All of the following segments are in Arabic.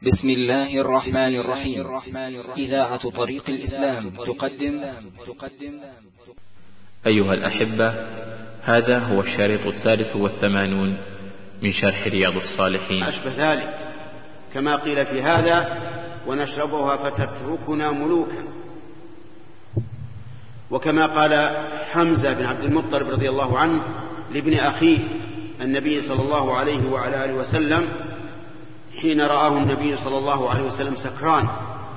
بسم الله الرحمن الرحيم. إذاعة طريق الإسلام تقدم. أيها الأحبة، هذا هو الشريط 83 من شرح رياض الصالحين. أشبه ذلك كما قيل في هذا: ونشربها فتتركنا ملوكا. وكما قال حمزة بن عبد المطلب رضي الله عنه لابن أخيه النبي صلى الله عليه وعلى آله وسلم حين رآه النبي صلى الله عليه وسلم سكران،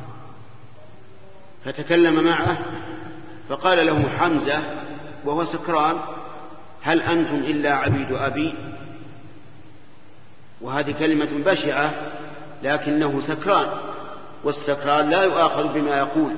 فتكلم معه فقال له حمزة وهو سكران: هل أنتم إلا عبيد أبي؟ وهذه كلمة بشعة، لكنه سكران، والسكران لا يؤاخذ بما يقول.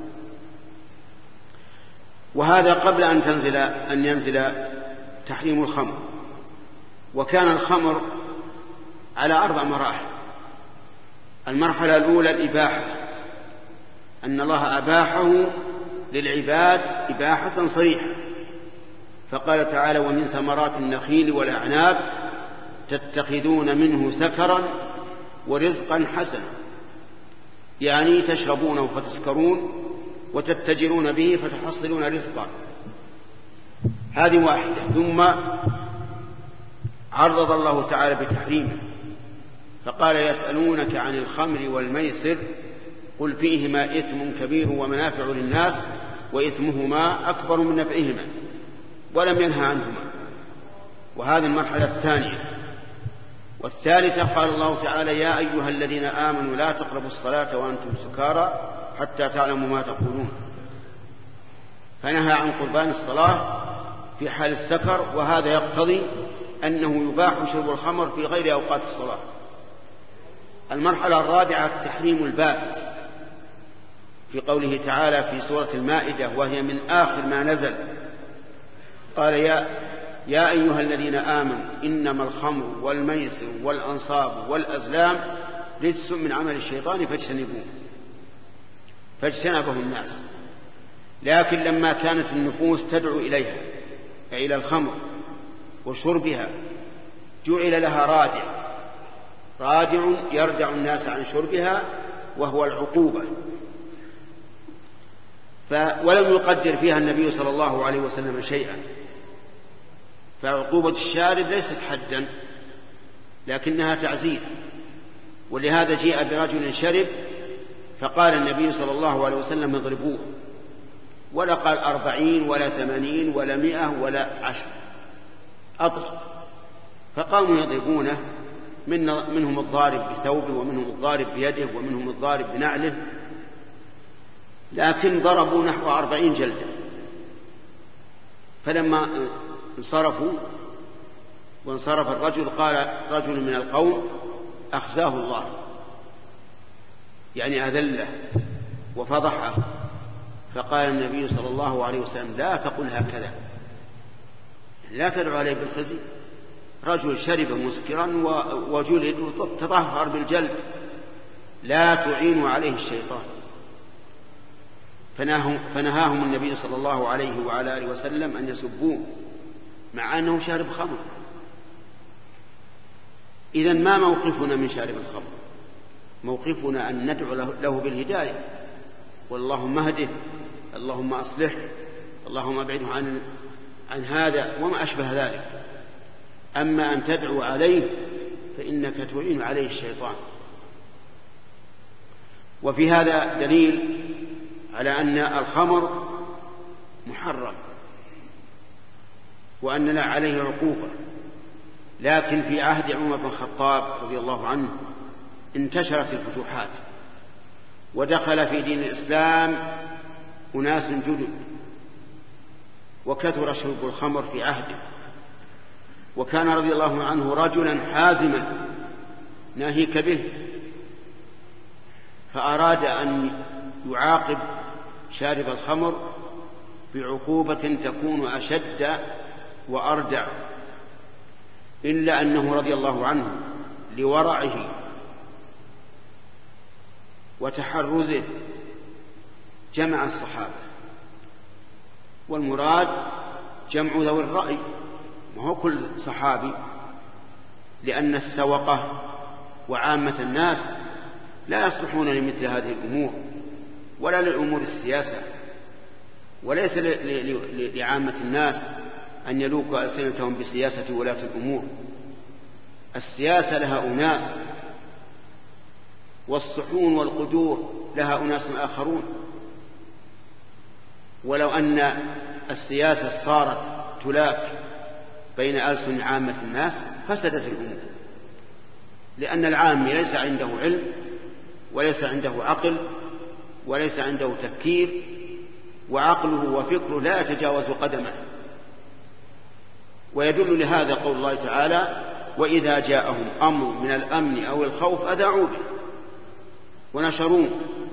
وهذا قبل أن ينزل تحريم الخمر. وكان الخمر على 4 مراحل. المرحلة الأولى الإباحة، أن الله أباحه للعباد إباحة صريحة، فقال تعالى: ومن ثمرات النخيل والأعناب تتخذون منه سكرا ورزقا حسنا، يعني تشربونه فتسكرون وتتجرون به فتحصلون رزقا. هذه واحدة. ثم عرض الله تعالى بتحريمه فقال: يسألونك عن الخمر والميسر قل فيهما إثم كبير ومنافع للناس وإثمهما أكبر من نفعهما، ولم ينهى عنهما. وهذه المرحلة الثانية. والثالثة قال الله تعالى: يا أيها الذين آمنوا لا تقربوا الصلاة وأنتم سكارى حتى تعلموا ما تقولون، فنهى عن قربان الصلاة في حال السكر. وهذا يقتضي أنه يباح شرب الخمر في غير أوقات الصلاة. المرحلة الرابعة تحريم البات، في قوله تعالى في سورة المائدة وهي من آخر ما نزل: قال: يا أيها الذين آمنوا إنما الخمر والميسر والأنصاب والأزلام رجس من عمل الشيطان فاجتنبه الناس. لكن لما كانت النفوس تدعو إليها، إلى الخمر وشربها، جعل لها رادع يردع الناس عن شربها، وهو العقوبة. ولم يقدر فيها النبي صلى الله عليه وسلم شيئا، فعقوبة الشارب ليست حدا لكنها تعزير. ولهذا جاء برجل شرب فقال النبي صلى الله عليه وسلم: اضربوه. ولا قال 40 ولا 80 ولا 100 ولا 10، أطلق. فقاموا يضربونه، منهم الضارب بثوبه ومنهم الضارب بيده ومنهم الضارب بنعله، لكن ضربوا نحو 40 جلدة. فلما انصرفوا وانصرف الرجل قال رجل من القوم: أخزاه الله، يعني أذله وفضحه. فقال النبي صلى الله عليه وسلم: لا تقل هكذا، لا تدعو عليه بالخزي. رجل شرب مسكرا وجلد وتطهر بالجلد، لا تعين عليه الشيطان. فنهاهم النبي صلى الله عليه وعلى آله وسلم أن يسبوه مع أنه شارب خمر. إذن ما موقفنا من شارب الخمر؟ موقفنا أن ندعو له بالهداية، واللهم اهده، اللهم أصلح، اللهم ابعده عن هذا وما أشبه ذلك. أما أن تدعو عليه فإنك تعين عليه الشيطان. وفي هذا دليل على أن الخمر محرم وأن لا عليه عقوبة. لكن في عهد عمر بن الخطاب رضي الله عنه انتشرت الفتوحات، ودخل في دين الإسلام أناس جدد، وكثر شرب الخمر في عهده. وكان رضي الله عنه رجلا حازما ناهيك به، فأراد أن يعاقب شارب الخمر بعقوبة تكون أشد وأردع، إلا أنه رضي الله عنه لورعه وتحرزه جمع الصحابة. والمراد جمع ذوي الرأي، وهو كل صحابي، لأن السوقة وعامة الناس لا يصلحون لمثل هذه الأمور ولا للأمور السياسة، وليس لعامة الناس أن يلوكوا ألسنتهم بسياسة ولاة الأمور. السياسة لها أناس، والصحون والقدور لها أناس آخرون. ولو أن السياسة صارت تلاك بين ألسن عامة الناس فسدت الأمور، لأن العام ليس عنده علم وليس عنده عقل وليس عنده تفكير، وعقله وفكره لا يتجاوز قدمه. ويدل لهذا قول الله تعالى: وإذا جاءهم أمر من الأمن أو الخوف أذاعوا به ونشروه،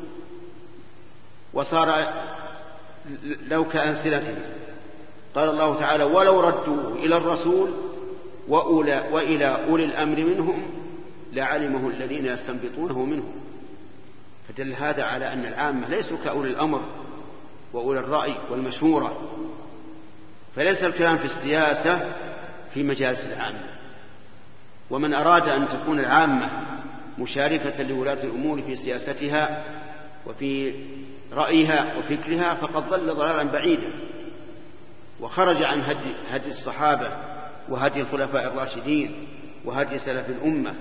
وصار لو كألسنتهم. قال الله تعالى: ولو ردوه إلى الرسول وإلى أولي الأمر منهم لعلمه الذين يستنبطونه منهم. فدل هذا على أن العامة ليسوا كأولي الأمر وأولي الرأي والمشورة، فليس الكلام في السياسة في مجالس العامة. ومن أراد أن تكون العامة مشاركة لولاة الأمور في سياستها وفي رأيها وفكرها فقد ضل ضلالا بعيدا، وخرج عن هدي الصحابة وهدي الخلفاء الراشدين وهدي سلف الأمة.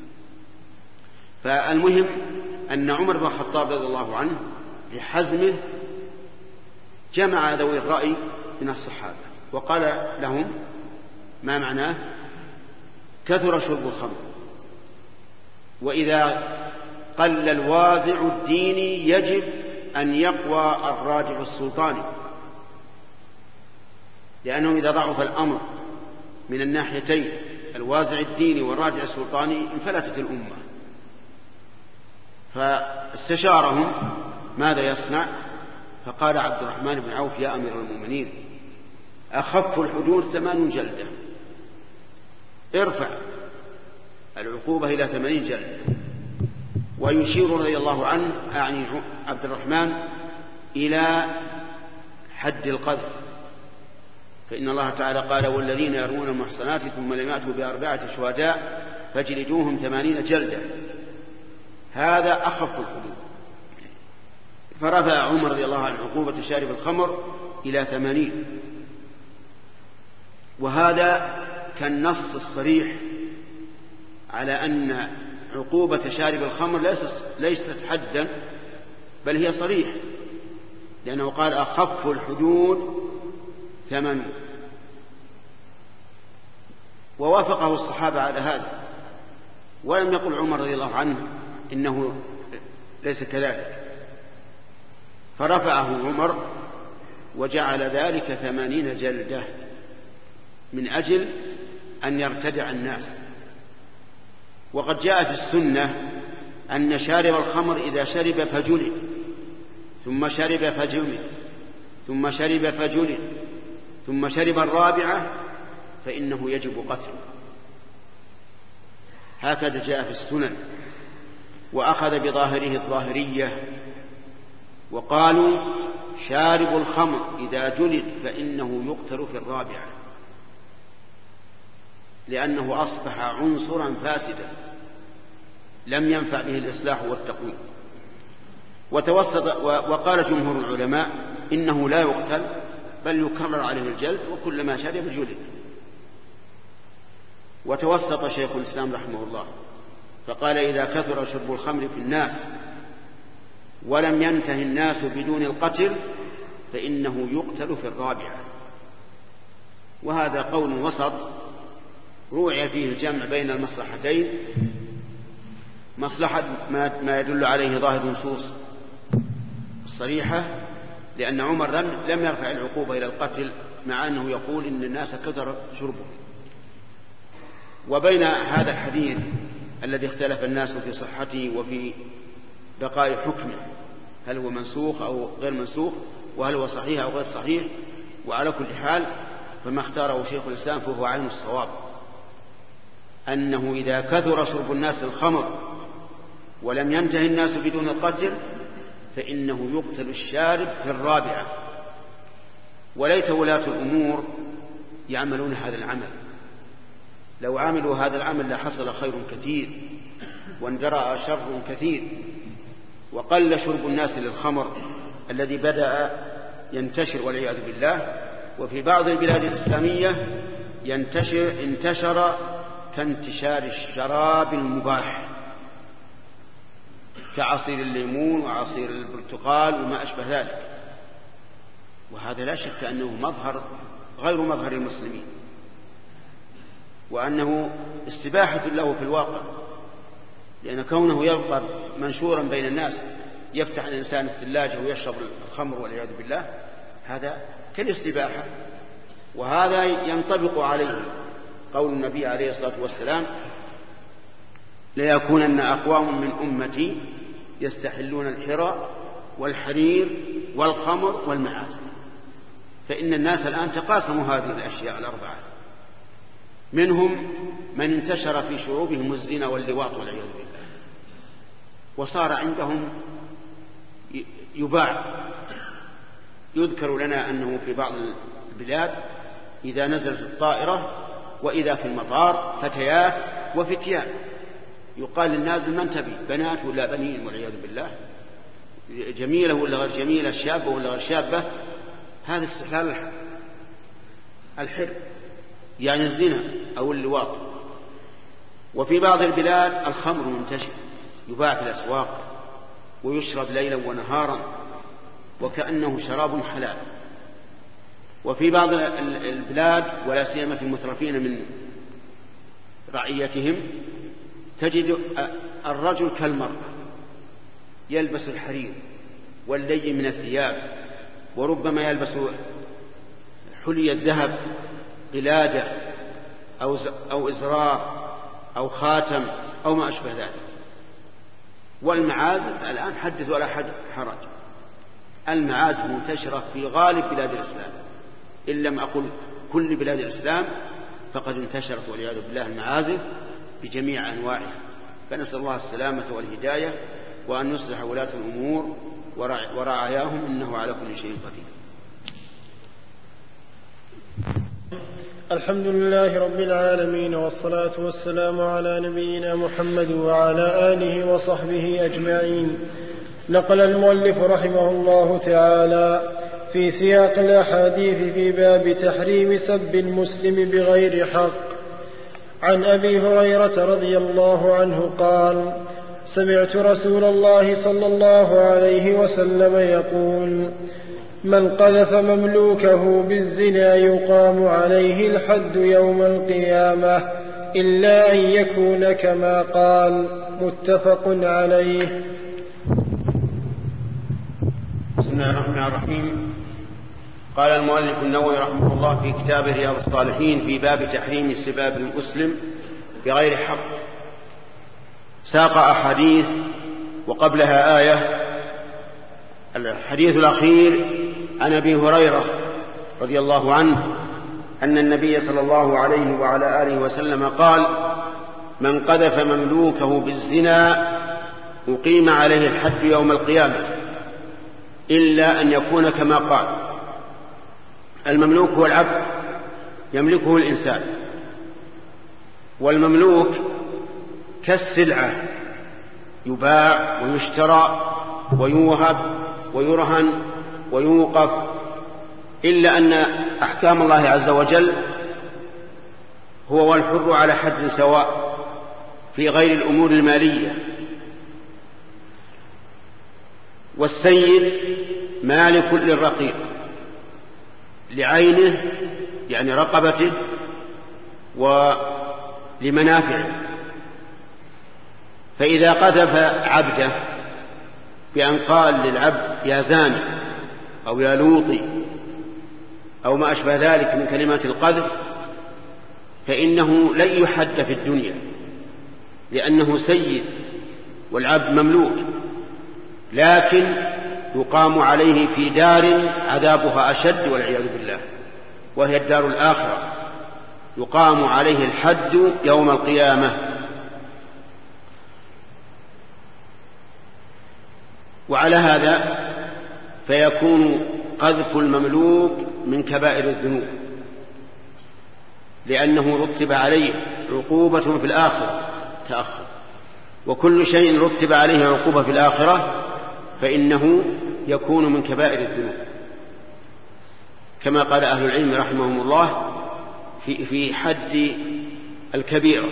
فالمهم أن عمر بن الخطاب رضي الله عنه بحزمه جمع ذوي الرأي من الصحابة وقال لهم: ما معناه؟ كثر شرب الخمر، وإذا قل الوازع الديني يجب أن يقوى الراجع السلطاني، لأنه إذا ضعف الأمر من الناحيتين الوازع الديني والراجع السلطاني انفلتت الأمة. فاستشارهم ماذا يصنع، فقال عبد الرحمن بن عوف: يا أمير المؤمنين، أخف الحدود 8 جلدة، ارفع العقوبة إلى 80 جلدة. ويشير رضي الله عنه أعني عبد الرحمن إلى حد القذف، فإن الله تعالى قال: والذين يرمون المحصنات ثم لم يأتوا ب4 شهداء فاجلدوهم 80 جلدة. هذا أخف الحدود. فرفع عمر رضي الله عنه عقوبة شارب الخمر إلى 80، وهذا كالنص الصريح على أن عقوبة شارب الخمر ليست حدا، بل هي صريح، لأنه قال: أخف الحدود 8. ووافقه الصحابة على هذا، ولم يقل عمر رضي الله عنه إنه ليس كذلك، فرفعه عمر وجعل ذلك 80 جلدة من أجل أن يرتدع الناس. وقد جاء في السنة أن شارب الخمر إذا شرب فجلد، ثم شرب فجلد، ثم شرب فجلد، ثم شرب الرابعة فإنه يجب قتله. هكذا جاء في السنن. وأخذ بظاهره الظاهرية وقالوا: شارب الخمر إذا جلد فإنه يقتل في الرابعة، لأنه أصبح عنصرا فاسدا لم ينفع به الإصلاح والتقويم. وقال جمهور العلماء إنه لا يقتل بل يكرر عليه الجلد، وكلما شرب جلد. وتوسط شيخ الإسلام رحمه الله فقال: إذا كثر شرب الخمر في الناس ولم ينتهي الناس بدون القتل فإنه يقتل في الرابعة. وهذا قول وسط روعي فيه الجمع بين المصلحتين، مصلحة ما يدل عليه ظاهر النصوص الصريحة، لأن عمر لم يرفع العقوبة إلى القتل مع أنه يقول إن الناس كثر شربه، وبين هذا الحديث الذي اختلف الناس في صحته وفي بقاء حكمه، هل هو منسوخ أو غير منسوخ، وهل هو صحيح أو غير صحيح. وعلى كل حال فما اختاره شيخ الإسلام فهو عين الصواب، أنه إذا كثر شرب الناس الخمر ولم ينتهي الناس بدون القتل فإنه يقتل الشارب في الرابعة. وليت ولاة الأمور يعملون هذا العمل، لو عملوا هذا العمل لحصل خير كثير، واندرأ شر كثير، وقل شرب الناس للخمر الذي بدأ ينتشر والعياذ بالله. وفي بعض البلاد الإسلامية انتشر كانتشار الشراب المباح كعصير الليمون وعصير البرتقال وما أشبه ذلك، وهذا لا شك أنه مظهر غير مظهر المسلمين، وأنه استباحة له في الواقع، لأن كونه يبقى منشورا بين الناس يفتح الإنسان الثلاجة ويشرب الخمر والعياذ بالله، هذا كالاستباحة. وهذا ينطبق عليه قول النبي عليه الصلاة والسلام: ليكونن أقوام من أمتي يستحلون الحرى والحرير والخمر والمعازف. فإن الناس الآن تقاسموا هذه الأشياء الأربعة، منهم من انتشر في شعوبهم الزنا واللواط والعياذ بالله، وصار عندهم يباع. يذكر لنا أنه في بعض البلاد إذا نزلت الطائرة وإذا في المطار فتيات وفتيان، يقال للنازل: من تبي، بنات ولا بنين والعياذ بالله، جميلة ولا غير جميلة، شابة ولا غير شابة. هذا استحلال الحر، يعني الزنا أو اللواط. وفي بعض البلاد الخمر منتشر، يباع في الأسواق ويشرب ليلا ونهارا وكأنه شراب حلال. وفي بعض البلاد ولا سيما في المترفين من رعيتهم تجد الرجل كالمرأة، يلبس الحرير واللي من الثياب، وربما يلبس حلي الذهب، قلادة أو إزرار أو خاتم أو ما أشبه ذلك. والمعازف الآن حدث ولا حرج، المعازف منتشرة في غالب بلاد الإسلام، إن لم أقل كل بلاد الإسلام، فقد انتشرت والعياذ بالله المعازف بجميع أنواعها. فنسأل الله السلامة والهداية، وأن يصلح ولاة الأمور ورعاياهم، إنه على كل شيء قدير. الحمد لله رب العالمين، والصلاة والسلام على نبينا محمد وعلى آله وصحبه أجمعين. نقل المؤلف رحمه الله تعالى في سياق الأحاديث في باب تحريم سب المسلم بغير حق عن أبي هريرة رضي الله عنه قال: سمعت رسول الله صلى الله عليه وسلم يقول: من قذف مملوكه بالزنا يقام عليه الحد يوم القيامة إلا أن يكون كما قال. متفق عليه. بسم الله الرحمن الرحيم. قال المؤلف النووي رحمه الله في كتاب رياض الصالحين في باب تحريم سباب المسلم بغير حق، ساق أحاديث وقبلها آية. الحديث الأخير عن أبي هريرة رضي الله عنه أن النبي صلى الله عليه وعلى آله وسلم قال: من قذف مملوكه بالزنا أقيم عليه الحد يوم القيامة إلا أن يكون كما قال. المملوك هو العبد يملكه الإنسان، والمملوك كالسلعة يباع ويشترى ويوهب ويرهن ويوقف، إلا أن أحكام الله عز وجل هو والحر على حد سواء في غير الأمور المالية. والسيد مالك للرقيق لعينه يعني رقبته ولمنافعه، فإذا قذف عبده بأن قال للعبد يا زاني أو يا لوطي أو ما أشبه ذلك من كلمات القذف، فإنه لن يحد في الدنيا لأنه سيد والعبد مملوك، لكن يقام عليه في دار عذابها أشد والعياذ بالله، وهي الدار الآخرة، يقام عليه الحد يوم القيامة. وعلى هذا فيكون قذف المملوك من كبائر الذنوب، لأنه رتب عليه عقوبة في الآخرة تأخر. وكل شيء رتب عليه عقوبة في الآخرة فإنه يكون من كبائر الذنوب، كما قال أهل العلم رحمهم الله في حد الكبيرة.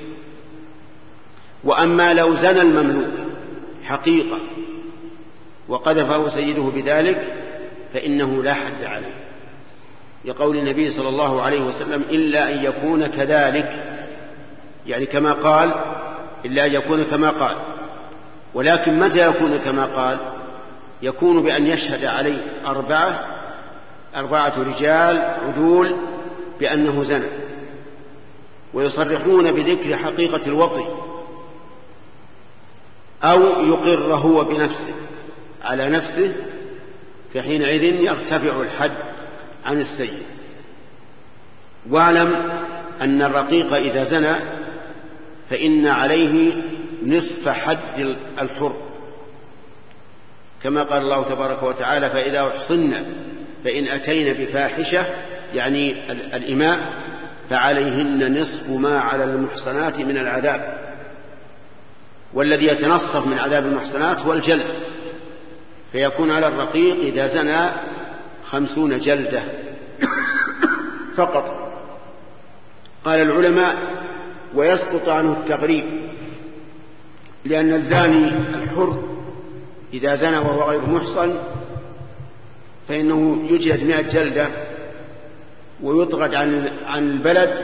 وأما لو زنى المملوك حقيقة وقذفه سيده بذلك فإنه لا حد عليه، لقول النبي صلى الله عليه وسلم إلا أن يكون كذلك، يعني كما قال، إلا أن يكون كما قال. ولكن متى يكون كما قال؟ يكون بأن يشهد عليه أربعة رجال عدول بأنه زنى، ويصرحون بذكر حقيقة الوطي، أو يقر هو بنفسه على نفسه، فحينئذ يرتفع الحد عن السيد. واعلم أن الرقيق إذا زنى فإن عليه نصف حد الحر، كما قال الله تبارك وتعالى فإذا أحصن فإن أتين بفاحشة، يعني الإماء، فعليهن نصف ما على المحصنات من العذاب. والذي يتنصف من عذاب المحصنات هو الجلد، فيكون على الرقيق إذا زنى 50 جلدة فقط. قال العلماء ويسقط عنه التغريب، لأن الزاني الحر إذا زنى وهو غير محصن فإنه يجلد 100 جلدة ويطرد عن البلد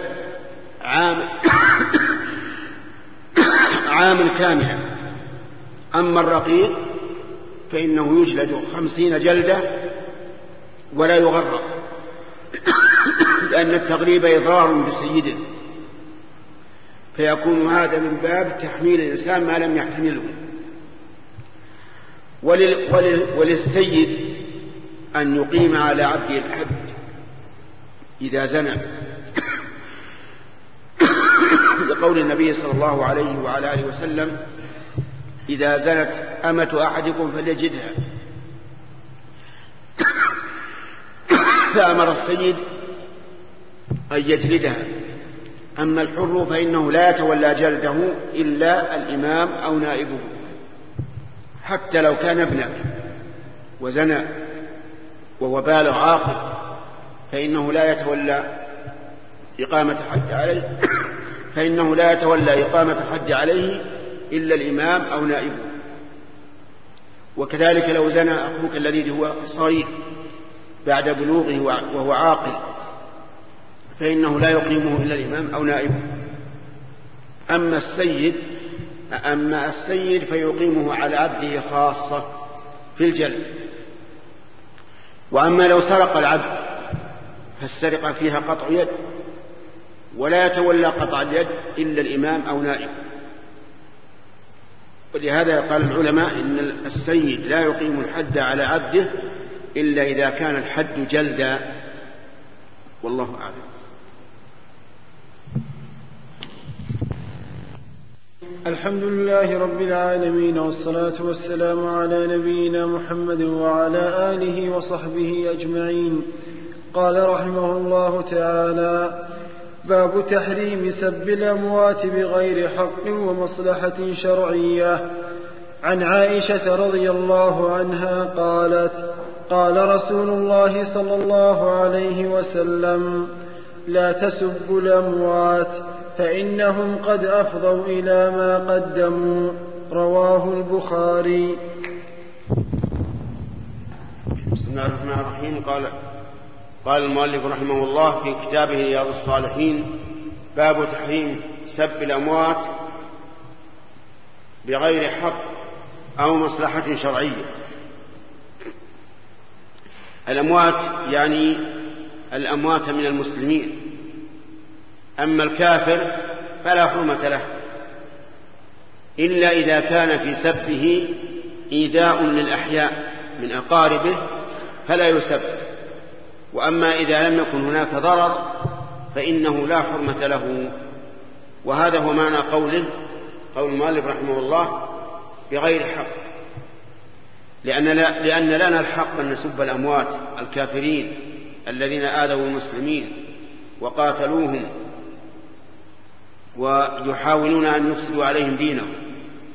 عام كاملا. أما الرقيق فإنه يجلد 50 جلدة ولا يغرق، لأن التغريب إضرار بسيده، فيكون هذا من باب تحميل الإنسان ما لم يحتمله. وللسيد أن يقيم على عبده الحد إذا زنى، لقول النبي صلى الله عليه وعلى آله وسلم إذا زنت أمة أحدكم فليجدها، فأمر السيد أن يجلدها. أما الحر فإنه لا يتولى جلده إلا الإمام أو نائبه، حتى لو كان ابنك وزنى وهو بالغ عاقل فإنه لا يتولى إقامة الحد عليه إلا الإمام أو نائبه. وكذلك لو زنى أخوك الذي هو صغير بعد بلوغه وهو عاقل فإنه لا يقيمه إلا الإمام أو نائبه. أما السيد فيقيمه على عبده خاصة في الجلد. وأما لو سرق العبد فالسرقة فيها قطع يد، ولا يتولى قطع اليد إلا الإمام أو نائب. ولهذا قال العلماء إن السيد لا يقيم الحد على عبده إلا إذا كان الحد جلدا، والله أعلم. الحمد لله رب العالمين، والصلاة والسلام على نبينا محمد وعلى آله وصحبه أجمعين. قال رحمه الله تعالى: باب تحريم سب الأموات بغير حق ومصلحة شرعية. عن عائشة رضي الله عنها قالت: قال رسول الله صلى الله عليه وسلم: لا تسبوا الأموات فإنهم قد أفضوا إلى ما قدموا. رواه البخاري. بسم الله الرحمن الرحيم. قال المؤلف رحمه الله في كتابه رياض الصالحين: باب تحريم سب الأموات بغير حق أو مصلحة شرعية. الأموات يعني الأموات من المسلمين، أما الكافر فلا حرمة له إلا إذا كان في سبه إيذاء للأحياء من أقاربه فلا يسب. وأما إذا لم يكن هناك ضرر فإنه لا حرمة له. وهذا هو معنى قول المؤلف رحمه الله بغير حق، لأن لنا الحق أن نسب الأموات الكافرين الذين آذوا المسلمين وقاتلوهم ويحاولون أن يفسدوا عليهم دينهم،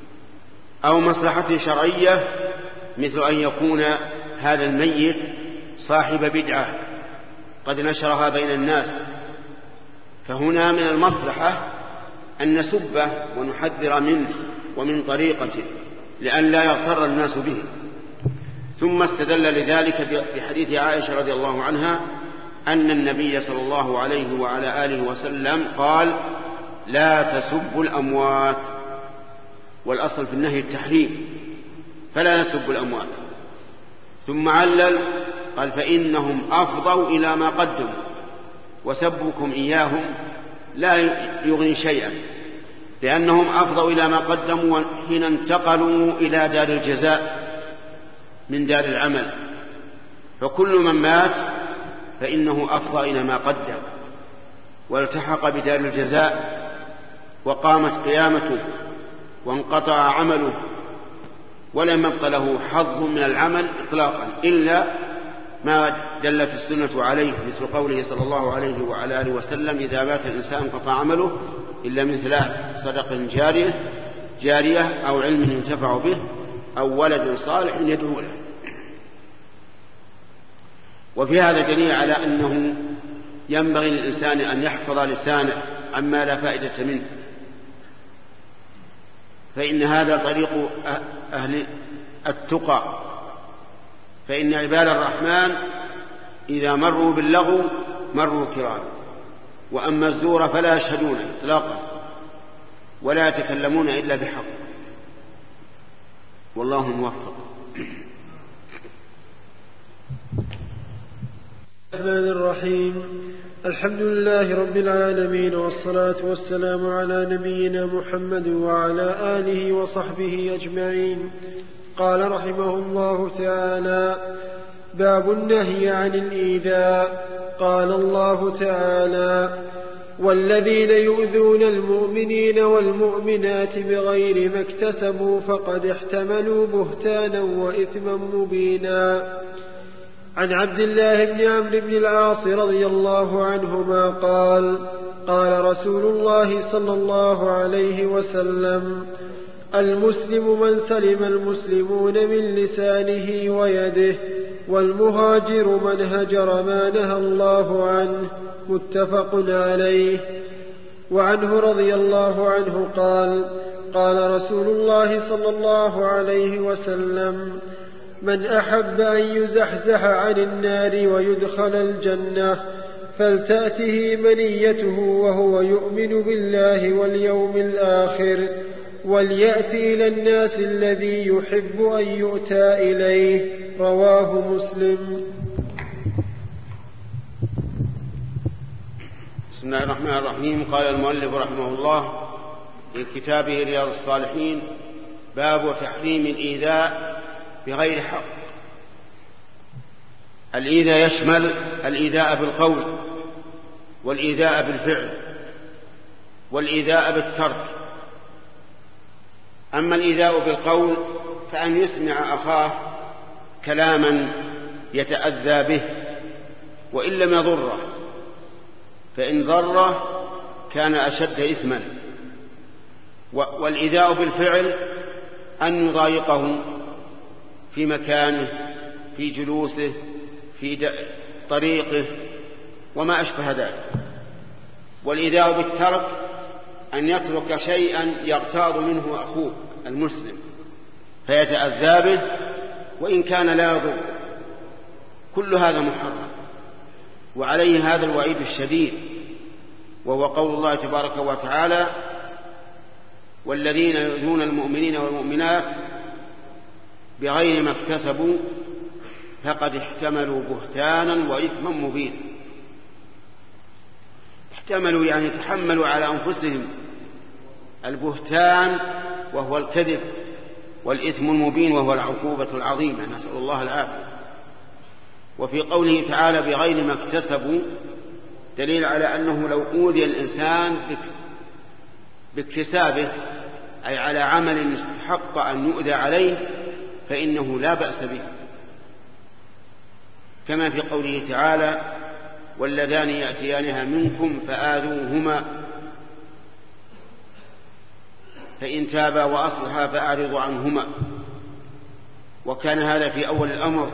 أو مصلحة شرعية مثل أن يكون هذا الميت صاحب بدعة قد نشرها بين الناس، فهنا من المصلحة أن نسبه ونحذر منه ومن طريقته لأن لا يغتر الناس به. ثم استدل لذلك بحديث عائشة رضي الله عنها أن النبي صلى الله عليه وعلى آله وسلم قال: لا تسبوا الأموات، والأصل في النهي التحريم، فلا نسب الأموات. ثم علل قال: فإنهم أفضوا إلى ما قدموا، وسبكم إياهم لا يغني شيئا، لأنهم أفضوا إلى ما قدموا حين انتقلوا إلى دار الجزاء من دار العمل، فكل من مات فإنه أفضى إلى ما قدم والتحق بدار الجزاء وقامت قيامته وانقطع عمله ولم يبق له حظ من العمل إطلاقا إلا ما دلت السنة عليه، مثل قوله صلى الله عليه وعلى آله وسلم: إذا مات الإنسان انقطع عمله إلا من 3: صدقة جارية أو علم ينتفع به أو ولد صالح يدعو له. وفي هذا دليل على أنه ينبغي للإنسان أن يحفظ لسانه عما لا فائدة منه، فإن هذا طريق أهل التقى، فإن عباد الرحمن إذا مروا باللغو مروا كراما، وأما الزور فلا يشهدون إطلاقا ولا يتكلمون إلا بحق، والله موفق. الرحمن الرحيم. الحمد لله رب العالمين، والصلاة والسلام على نبينا محمد وعلى آله وصحبه أجمعين. قال رحمه الله تعالى: باب النهي عن الإيذاء. قال الله تعالى: والذين يؤذون المؤمنين والمؤمنات بغير ما اكتسبوا فقد احتملوا بهتانا وإثما مبينا. عن عبد الله بن عمرو بن العاص رضي الله عنهما قال: قال رسول الله صلى الله عليه وسلم: المسلم من سلم المسلمون من لسانه ويده، والمهاجر من هجر ما نهى الله عنه. متفق عليه. وعنه رضي الله عنه قال: قال رسول الله صلى الله عليه وسلم: من أحب أن يزحزح عن النار ويدخل الجنة فلتأته منيته وهو يؤمن بالله واليوم الآخر، وليأتي إلى الناس الذي يحب أن يؤتى إليه. رواه مسلم. بسم الله الرحمن الرحيم. قال المؤلف رحمه الله في كتابه رياض الصالحين: باب تحريم الإيذاء بغير حق. الإيذاء يشمل الإيذاء بالقول، والإيذاء بالفعل، والإيذاء بالترك. أما الإيذاء بالقول فأن يسمع أخاه كلاما يتأذى به وإن لم يضره، فإن ضره كان أشد إثما. والإيذاء بالفعل أن يضايقه في مكانه، في جلوسه، في طريقه وما أشبه ذلك. والإيذاء بالترك أن يترك شيئا يغتاظ منه أخوه المسلم فيتأذى به وإن كان لا يضر. كل هذا محرم، وعليه هذا الوعيد الشديد، وهو قول الله تبارك وتعالى: والذين يؤذون المؤمنين والمؤمنات بغير ما اكتسبوا فقد احتملوا بهتانا وإثما مبينا. احتملوا يعني تحملوا على أنفسهم البهتان وهو الكذب، والإثم المبين وهو العقوبة العظيمة، نسأل الله العافية. وفي قوله تعالى بغير ما اكتسبوا دليل على أنه لو أوذي الإنسان باكتسابه، أي على عمل استحق أن يؤذى عليه، فإنه لا بأس به، كما في قوله تعالى: واللذان يأتيانها منكم فآذوهما. فإن تابا وأصلحا فأعرضوا عنهما. وكان هذا في أول الأمر،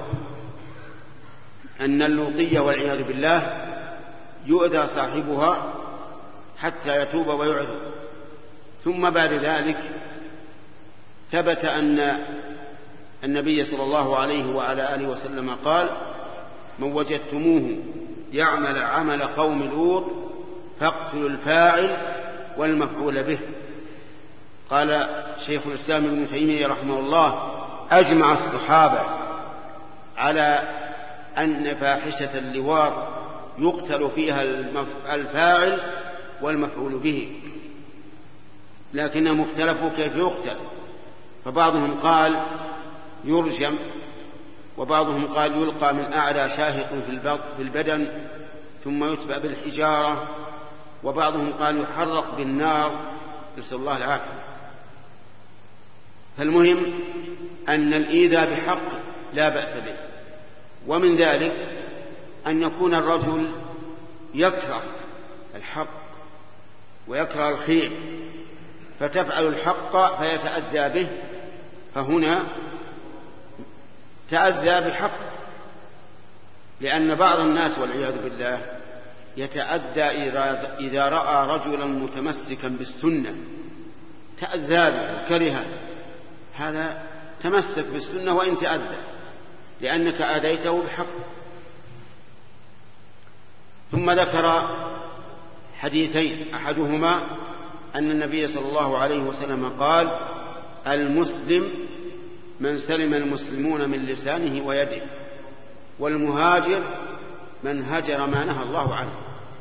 أن اللوطية والعياذ بالله يؤذى صاحبها حتى يتوب ويعذر. ثم بعد ذلك ثبت أن النبي صلى الله عليه وعلى آله وسلم قال: من وجدتموه يعمل عمل قوم لوط فاقتلوا الفاعل والمفعول به. قال شيخ الإسلام ابن تيمية رحمه الله: أجمع الصحابة على أن فاحشة اللواط يقتل فيها الفاعل والمفعول به، لكنهم اختلفوا كيف يقتل، فبعضهم قال يرجم، وبعضهم قال يلقى من أعلى شاهق في البدن ثم يتبع بالحجارة، وبعضهم قال يحرق بالنار، نسأل الله العافية. فالمهم أن الإيذاء بحق لا بأس به. ومن ذلك أن يكون الرجل يكره الحق ويكره الخير فتفعل الحق فيتأذى به، فهنا تأذى بحق، لأن بعض الناس والعياذ بالله يتأذى إذا رأى رجلا متمسكا بالسنة تأذى به وكرهه، هذا تمسك بالسنة وإن تأذى لأنك آذيته بحق. ثم ذكر حديثين، أحدهما أن النبي صلى الله عليه وسلم قال: المسلم من سلم المسلمون من لسانه ويده، والمهاجر من هجر ما نهى الله عنه.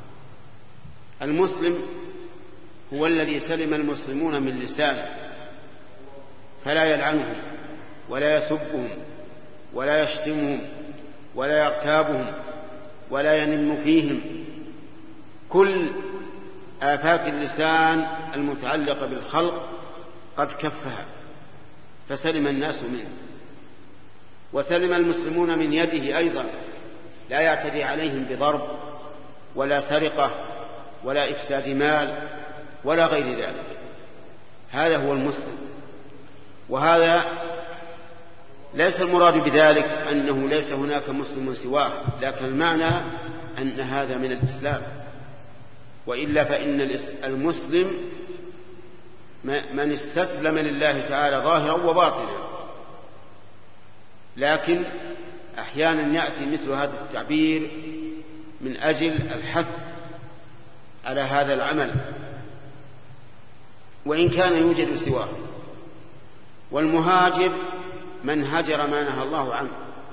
المسلم هو الذي سلم المسلمون من لسانه، فلا يلعنهم ولا يسبهم ولا يشتمهم ولا يغتابهم ولا ينم فيهم، كل آفات اللسان المتعلقة بالخلق قد كفها فسلم الناس منه. وسلم المسلمون من يده أيضا، لا يعتدي عليهم بضرب ولا سرقة ولا إفساد مال ولا غير ذلك. هذا هو المسلم. وهذا ليس المراد بذلك أنه ليس هناك مسلم سواه، لكن المعنى أن هذا من الإسلام، وإلا فإن المسلم من استسلم لله تعالى ظاهرا وباطنا. لكن أحيانا يأتي مثل هذا التعبير من أجل الحث على هذا العمل وإن كان يوجد سواه. والمهاجر من هجر ما نهى الله عنه،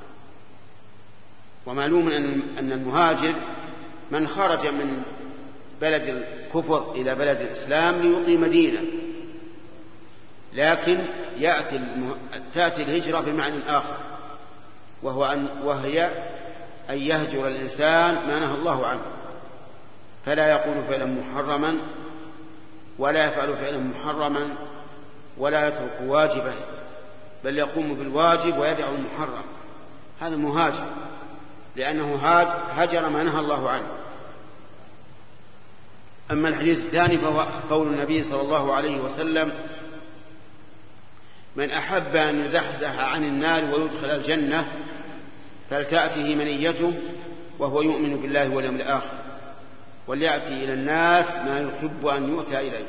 ومعلوم أن المهاجر من خرج من بلد الكفر إلى بلد الإسلام ليقيم دينه، لكن تأتي الهجرة بمعنى آخر، وهي أن يهجر الإنسان ما نهى الله عنه، فلا يقول فعلا محرما ولا يفعل فعلا محرما ولا يترك واجبا، بل يقوم بالواجب ويدع المحرم. هذا مهاجر، لأنه هجر ما نهى الله عنه. أما الحديث الثاني فهو قول النبي صلى الله عليه وسلم: من أحب أن يزحزح عن النار ويدخل الجنة فلتأته منيته وهو يؤمن بالله واليوم الآخر، وليأتي إلى الناس ما يحب أن يؤتى إليه.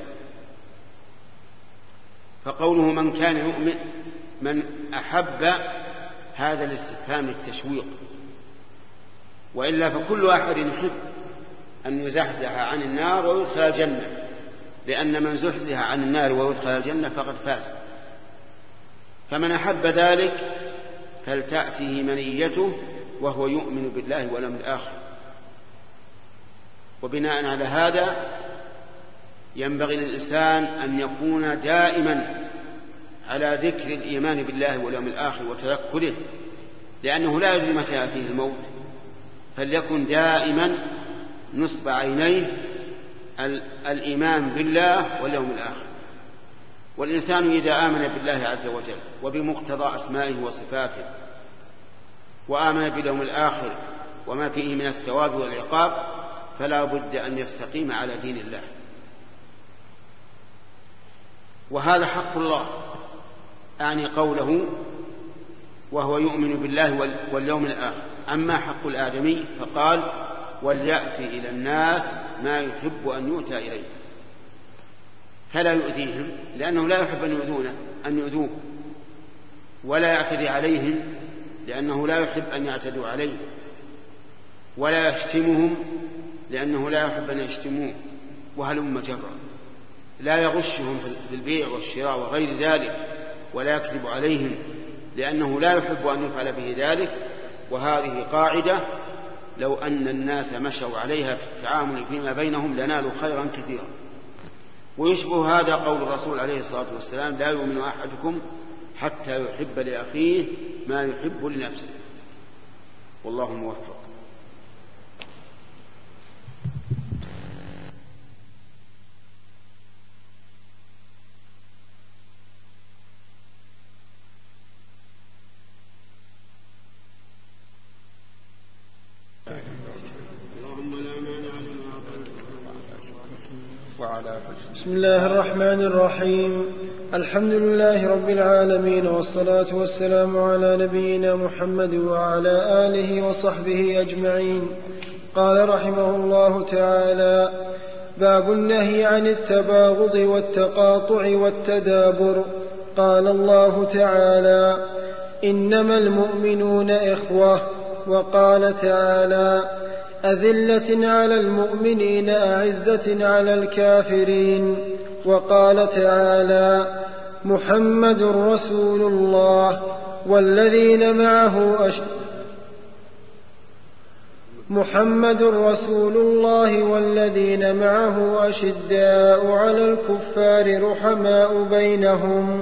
فقوله من كان يؤمن، من أحب، هذا الاستفهام للتشويق، وإلا فكل أحد يحب أن يزحزح عن النار ويدخل الجنة، لأن من زحزح عن النار ويدخل الجنة فقد فاز. فمن أحب ذلك فلتأتيه منيته وهو يؤمن بالله واليوم الآخر. وبناء على هذا ينبغي للإنسان أن يكون دائما على ذكر الإيمان بالله واليوم الآخر وتذكره، لأنه لا يدري متى يأتيه الموت، فليكن دائما نصب عينيه الإيمان بالله واليوم الآخر. والإنسان إذا آمن بالله عز وجل وبمقتضى أسمائه وصفاته، وآمن باليوم الآخر وما فيه من الثواب والعقاب، فلا بد أن يستقيم على دين الله. وهذا حق الله، أعني قوله وهو يؤمن بالله واليوم الآخر. أما حق الآدمي فقال وليأتي إلى الناس ما يحب أن يؤتى إليه، فلا يؤذيهم لأنه لا يحب أن يؤذوه، ولا يعتدي عليهم لأنه لا يحب أن يعتدوا عليه، ولا يشتمهم لأنه لا يحب أن يشتموه، وهلم جرا. لا يغشهم في البيع والشراء وغير ذلك، ولا يكذب عليهم لأنه لا يحب أن يفعل به ذلك. وهذه قاعدة لو أن الناس مشوا عليها في التعامل فيما بينهم لنالوا خيرا كثيرا. ويشبه هذا قول الرسول عليه الصلاة والسلام لا يؤمن أحدكم حتى يحب لأخيه ما يحب لنفسه. والله موفق. بسم الله الرحمن الرحيم. الحمد لله رب العالمين، والصلاة والسلام على نبينا محمد وعلى آله وصحبه أجمعين. قال رحمه الله تعالى: باب النهي عن التباغض والتقاطع والتدابر. قال الله تعالى: إنما المؤمنون إخوة. وقال تعالى: أذلة على المؤمنين أعزة على الكافرين. وقال تعالى: محمد رسول الله والذين معه أشداء على الكفار رحماء بينهم.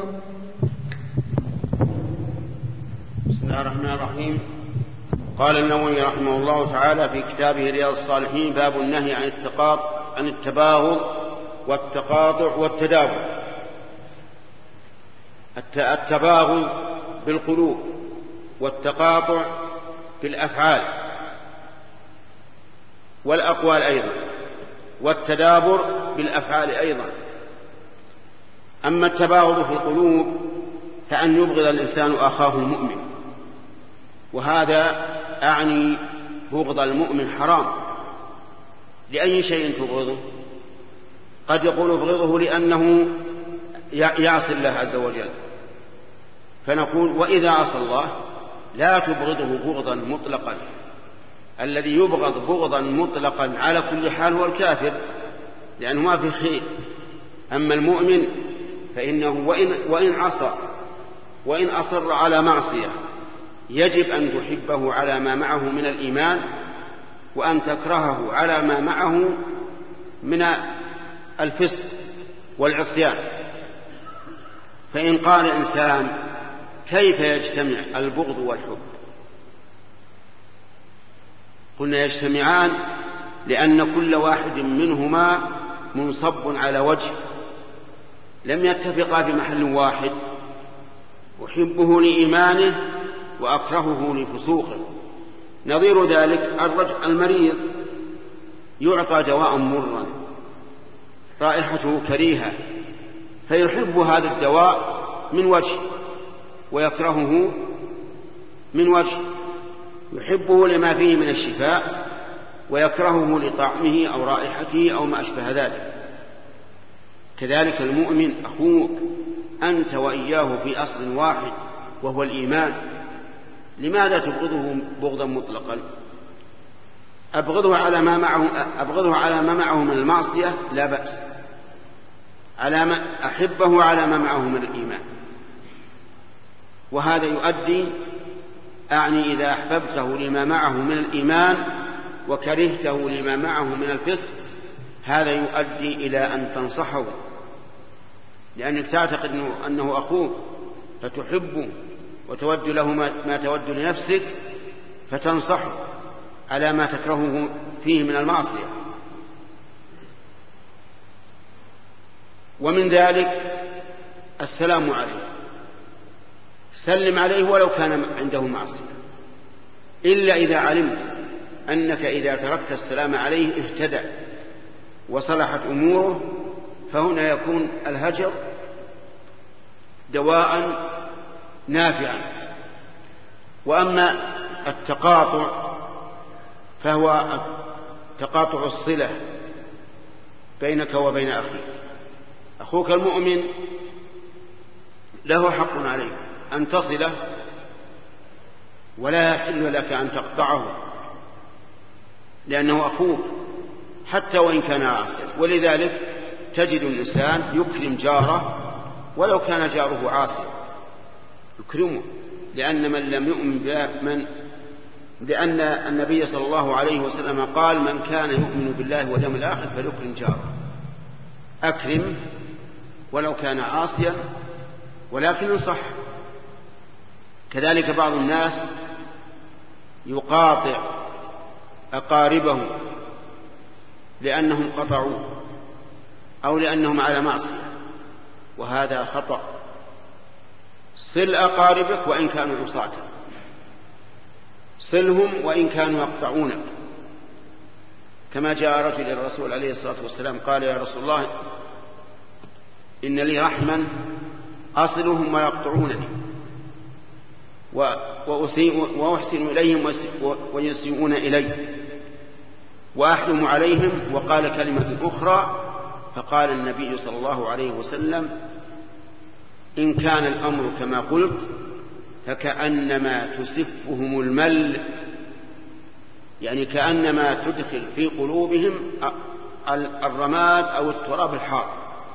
بسم الله الرحمن الرحيم. قال النووي رحمه الله تعالى في كتابه رياض الصالحين: باب النهي عن التباغض والتقاطع والتدابر. التباغض بالقلوب، والتقاطع بالأفعال والأقوال أيضا، والتدابر بالأفعال أيضا. أما التباغض في القلوب فأن يبغض الإنسان أخاه المؤمن، وهذا أعني بغض المؤمن حرام. لأي شيء تبغضه؟ قد يقول ابغضه لأنه يعصي الله عز وجل، فنقول وإذا عصى الله لا تبغضه بغضا مطلقا. الذي يبغض بغضا مطلقا على كل حال هو الكافر، لأنه ما في خير. أما المؤمن فإنه وإن عصى وإن أصر على معصية يجب أن تحبه على ما معه من الإيمان، وأن تكرهه على ما معه من الفسق والعصيان. فإن قال إنسان: كيف يجتمع البغض والحب؟ قلنا: يجتمعان لأن كل واحد منهما منصب على وجه، لم يتفقا في محل واحد. أحبه لإيمانه وأكرهه لفسوقه. نظير ذلك الرجل المريض يعطى دواء مرا رائحته كريهة، فيحب هذا الدواء من وجه ويكرهه من وجه. يحبه لما فيه من الشفاء ويكرهه لطعمه أو رائحته أو ما أشبه ذلك. كذلك المؤمن أخوك، أنت وإياه في أصل واحد وهو الإيمان. لماذا تبغضه بغضا مطلقا؟ أبغضه على ما معه من المعصية لا بأس، أحبه على ما معه من الإيمان. وهذا يؤدي، أعني إذا أحببته لما معه من الإيمان وكرهته لما معه من الفسق، هذا يؤدي إلى أن تنصحه، لأنك تعتقد أنه أخوك فتحبه وتود له ما تود لنفسك، فتنصحه على ما تكرهه فيه من المعصية. ومن ذلك السلام عليه، سلم عليه ولو كان عنده معصية، إلا إذا علمت أنك إذا تركت السلام عليه اهتدى وصلحت أموره، فهنا يكون الهجر دواء نافعا. وأما التقاطع فهو تقاطع الصلة بينك وبين أخيك. أخوك المؤمن له حق عليك أن تصله، ولا يحل لك أن تقطعه، لأنه أخوك حتى وإن كان عاصيا. ولذلك تجد الإنسان يكرم جاره ولو كان جاره عاصيا، يكرمه، لأن من لم يؤمن لأن النبي صلى الله عليه وسلم قال: من كان يؤمن بالله واليوم الآخر فليكرم جاره. أكرم ولو كان عاصيا، ولكن انصح. كذلك بعض الناس يقاطع أقاربه لأنهم قطعوه أو لأنهم على معصية، وهذا خطأ. صل أقاربك وإن كانوا عصاة، صلهم وإن كانوا يقطعونك. كما جاء رجل إلى الرسول عليه الصلاة والسلام قال: يا رسول الله، إن لي رحما أصلهم ويقطعونني، وأحسن إليهم ويسيئون إلي، وأحلم عليهم. وقال كلمة أخرى، فقال النبي صلى الله عليه وسلم: إن كان الأمر كما قلت فكأنما تسفهم المل، يعني كأنما تدخل في قلوبهم الرماد أو التراب الحار.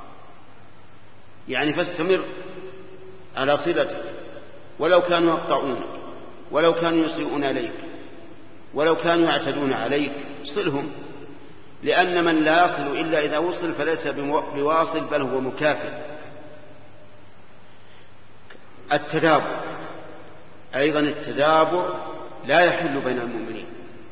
يعني فاستمر على صلتك ولو كانوا يقطعونك، ولو كانوا يسيئون إليك، ولو كانوا يعتدون عليك، صلهم، لأن من لا يصل إلا إذا وصل فليس بواصل بل هو مكافئ. التدابر أيضا، التدابر لا يحل بين المؤمنين،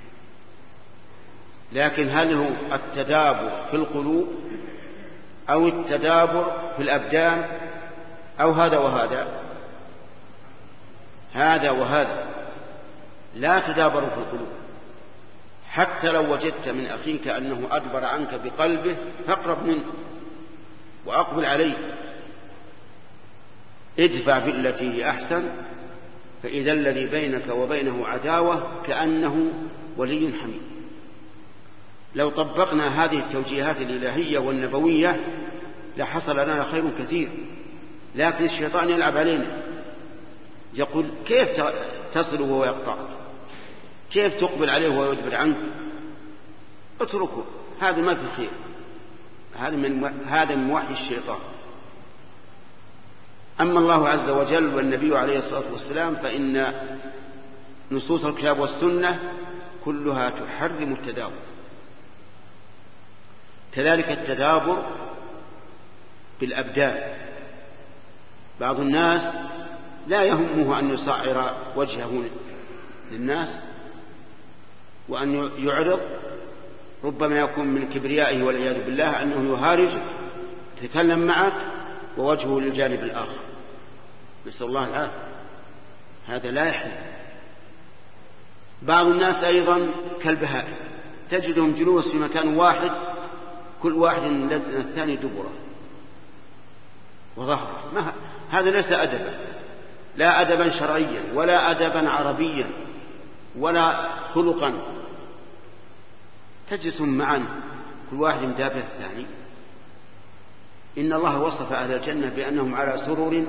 لكن هل هو التدابر في القلوب أو التدابر في الأبدان أو هذا وهذا؟ هذا وهذا. لا تدابر في القلوب. حتى لو وجدت من أخيك أنه أدبر عنك بقلبه فاقرب منه وأقبل عليه، ادفع بالتي هي أحسن، فإذا الذي بينك وبينه عداوة كأنه ولي حميم. لو طبقنا هذه التوجيهات الإلهية والنبوية لحصل لنا خير كثير، لكن الشيطان يلعب علينا، يقول: كيف تصل وهو يقطعك؟ كيف تقبل عليه وهو يدبر عنك؟ اتركه، هذا ما في خير، هذا من وحي الشيطان. أما الله عز وجل والنبي عليه الصلاة والسلام فإن نصوص الكتاب والسنة كلها تحرم التدابر. كذلك التدابر بالأبدان. بعض الناس لا يهمه أن يصعر وجهه للناس وأن يعرض، ربما يكون من كبريائه والعياذ بالله أنه يهارج يتكلم معك ووجهه للجانب الآخر، نسأل الله العافية. هذا لا يحل. بعض الناس أيضا كالبهائم، تجدهم جلوس في مكان واحد، كل واحد لزن الثاني دبره وظهره. هذا ليس أدبا، لا أدبا شرعيا ولا أدبا عربيا ولا خلقا. تجلسون معا كل واحد مدابر الثاني. إن الله وصف أهل الجنة بأنهم على سرر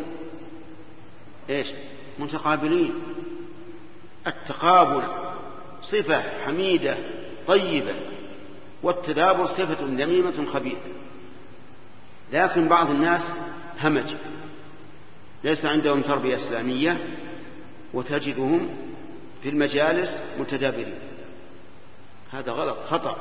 متقابلين. التقابل صفة حميدة طيبة، والتدابر صفة ذميمة خبيثة. لكن بعض الناس همج، ليس عندهم تربية إسلامية، وتجدهم في المجالس متدابرين. هذا غلط، خطأ.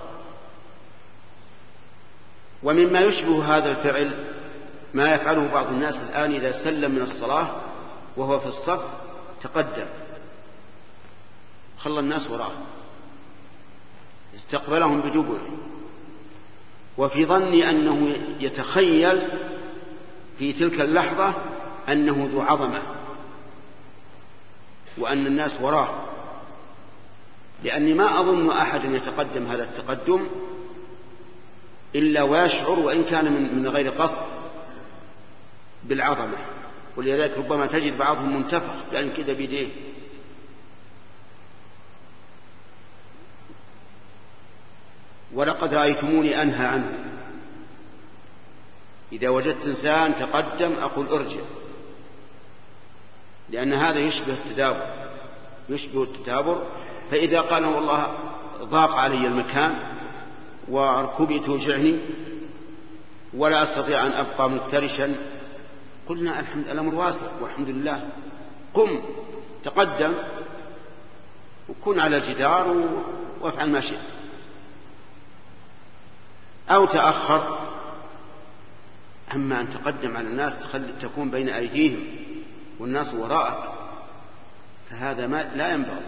ومما يشبه هذا الفعل ما يفعله بعض الناس الآن إذا سلم من الصلاة وهو في الصف تقدم، خلى الناس وراه، استقبلهم بدبره، وفي ظني أنه يتخيل في تلك اللحظة أنه ذو عظمة وأن الناس وراه، لأني ما أظن أحد يتقدم هذا التقدم إلا ويشعر وإن كان من غير قصد بالعظمة ولذلك ربما تجد بعضهم منتفخ يعني كده بيديه. ولقد رأيتموني أنهى عنه. إذا وجدت إنسان تقدم أقول ارجع، لأن هذا يشبه التدابر. فإذا قال والله ضاق علي المكان وركبي توجعني ولا أستطيع أن أبقى مفترشا، قلنا الأمر واسع والحمد لله، قم تقدم وكن على الجدار وافعل ما شئت، أو تأخر. أما أن تقدم على الناس تكون بين أيديهم والناس وراءك، فهذا ما لا ينبغي.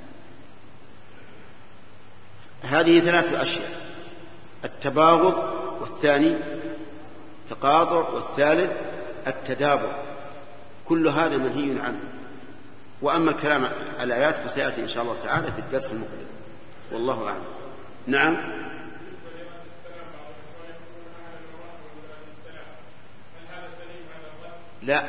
هذه 3 أشياء: التباغض، والثاني تقاطع، والثالث التدابر. كل هذا منهي عنه. وأما الكلام على الآيات فسيأتي إن شاء الله تعالى في الدرس المقبل، والله أعلم. نعم. لا،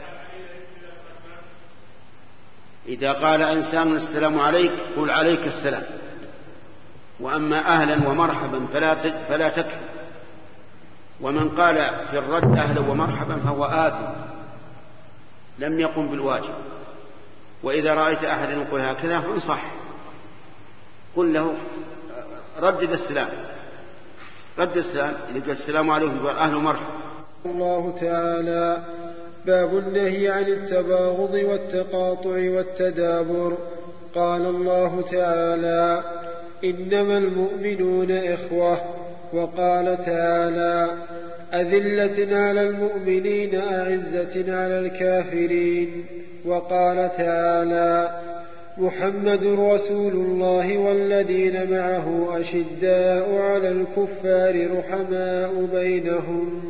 إذا قال إنسان السلام عليك قل عليك السلام. وأما أهلا ومرحبا فلا تكفر. ومن قال في الرد أهلا ومرحبا فهو آثم، لم يقم بالواجب. وإذا رأيت أحدا يقول هكذا فانصح، قل له ردد السلام، إذا قال السلام عليكم أهلا ومرحبا. الله تعالى: باب النهي عن التباغض والتقاطع والتدابر. قال الله تعالى: إنما المؤمنون إخوة. وقال تعالى: أذلة على المؤمنين أعزة على الكافرين. وقال تعالى: محمد رسول الله والذين معه أشداء على الكفار رحماء بينهم.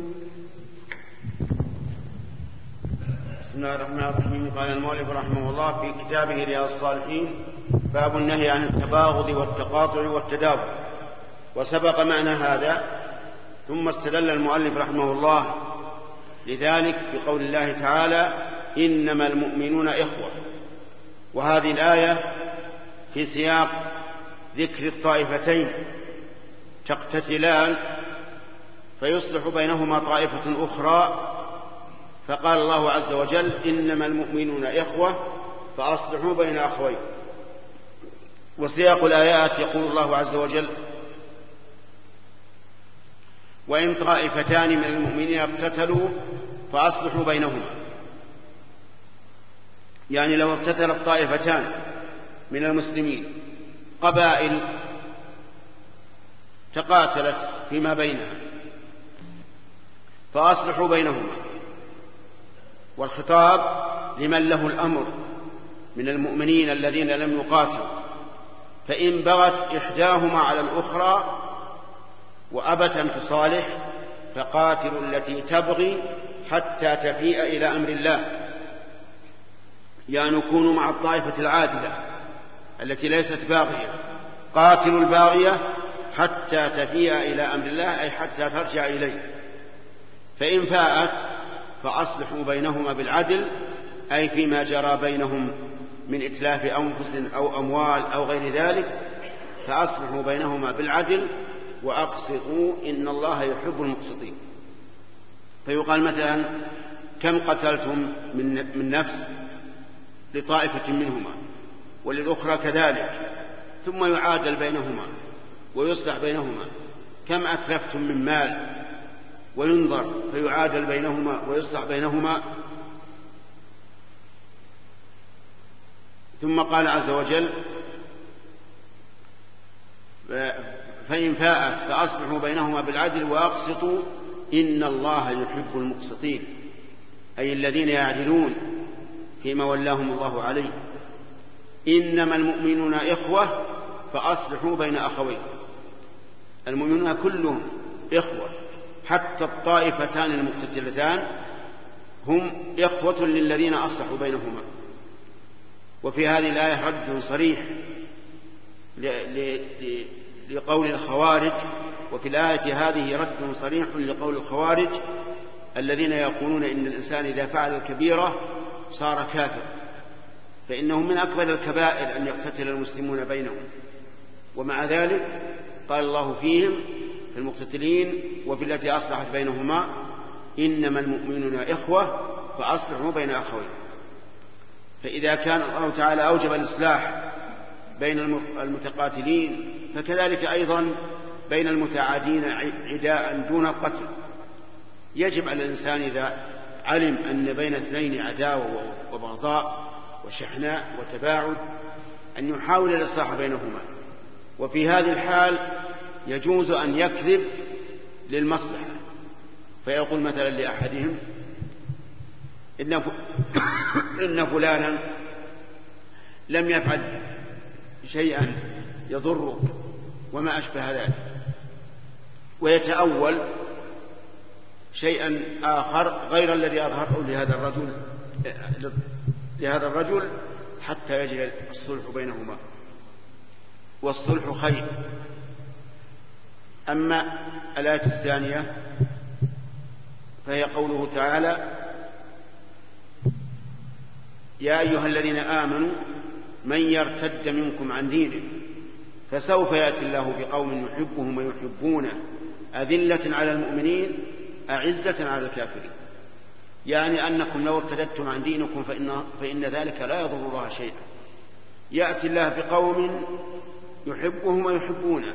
بسم الله الرحمن الرحيم. قال المؤلف رحمه الله في كتابه رياض الصالحين: باب النهي عن التباغض والتقاطع والتدابر. وسبق معنى هذا، ثم استدل المؤلف رحمه الله لذلك بقول الله تعالى: إنما المؤمنون إخوة. وهذه الآية في سياق ذكر الطائفتين تقتتلان فيصلح بينهما طائفة أخرى، فقال الله عز وجل: إنما المؤمنون إخوة فأصلحوا بين أخوين. وسياق الآيات يقول الله عز وجل: وإن طائفتان من المؤمنين اقتتلوا فأصلحوا بينهما. يعني لو اقتتلت طائفتان من المسلمين، قبائل تقاتلت فيما بينها، فأصلحوا بينهما. والخطاب لمن له الأمر من المؤمنين الذين لم يقاتلوا، فإن بغت إحداهما على الأخرى وأبت أن تصالح فقاتلوا التي تبغي حتى تفيء إلى أمر الله. يعني كونوا مع الطائفة العادلة التي ليست باغية، قاتلوا الباغية حتى تفيء إلى أمر الله، أي حتى ترجع إليه. فإن فاءت فأصلحوا بينهما بالعدل، أي فيما جرى بينهم من إتلاف أنفس أو أموال أو غير ذلك، فأصلحوا بينهما بالعدل وأقسطوا إن الله يحب المقسطين. فيقال مثلا: كم قتلتم من نفس لطائفة منهما وللأخرى كذلك، ثم يعادل بينهما ويصلح بينهما. كم أتلفتم من مال، وينظر فيعادل بينهما ويصلح بينهما. ثم قال عز وجل: فإن فاءت فأصلحوا بينهما بالعدل وأقسطوا إن الله يحب المقسطين، أي الذين يعدلون فيما ولاهم الله عليه. إنما المؤمنون إخوة فأصلحوا بين أخوين. المؤمنون كلهم إخوة، حتى الطائفتان المقتتلتان هم إخوة للذين أصلحوا بينهما. وفي هذه الآية رد صريح لقول الخوارج، وفي الآية هذه رد صريح لقول الخوارج الذين يقولون إن الإنسان إذا فعل الكبيرة صار كافر، فإنه من أكبر الكبائر أن يقتتل المسلمون بينهم، ومع ذلك قال الله فيهم في المقتتلين وفي التي أصلحت بينهما إنما المؤمنون إخوة فأصلحوا بين أخوين. فإذا كان الله تعالى أوجب الإصلاح بين المتقاتلين فكذلك أيضا بين المتعادين عداء دون القتل. يجب على الإنسان إذا علم أن بين اثنين عداوة وبغضاء وشحناء وتباعد أن يحاول الإصلاح بينهما، وفي هذه الحال يجوز أن يكذب للمصلحة، فيقول مثلا لأحدهم إن فلانا لم يفعل شيئا يضرك وما أشبه ذلك، ويتأول شيئا آخر غير الذي أظهره لهذا الرجل حتى يجري الصلح بينهما، والصلح خير. أما الآية الثانية فهي قوله تعالى يا أيها الذين آمنوا من يرتد منكم عن دينه فسوف يأتي الله بقوم يحبهم ويحبونه أذلة على المؤمنين أعزة على الكافرين، يعني أنكم لو ارتدتم عن دينكم فإن ذلك لا يضر الله شيئا. يأتي الله بقوم يحبهم ويحبونه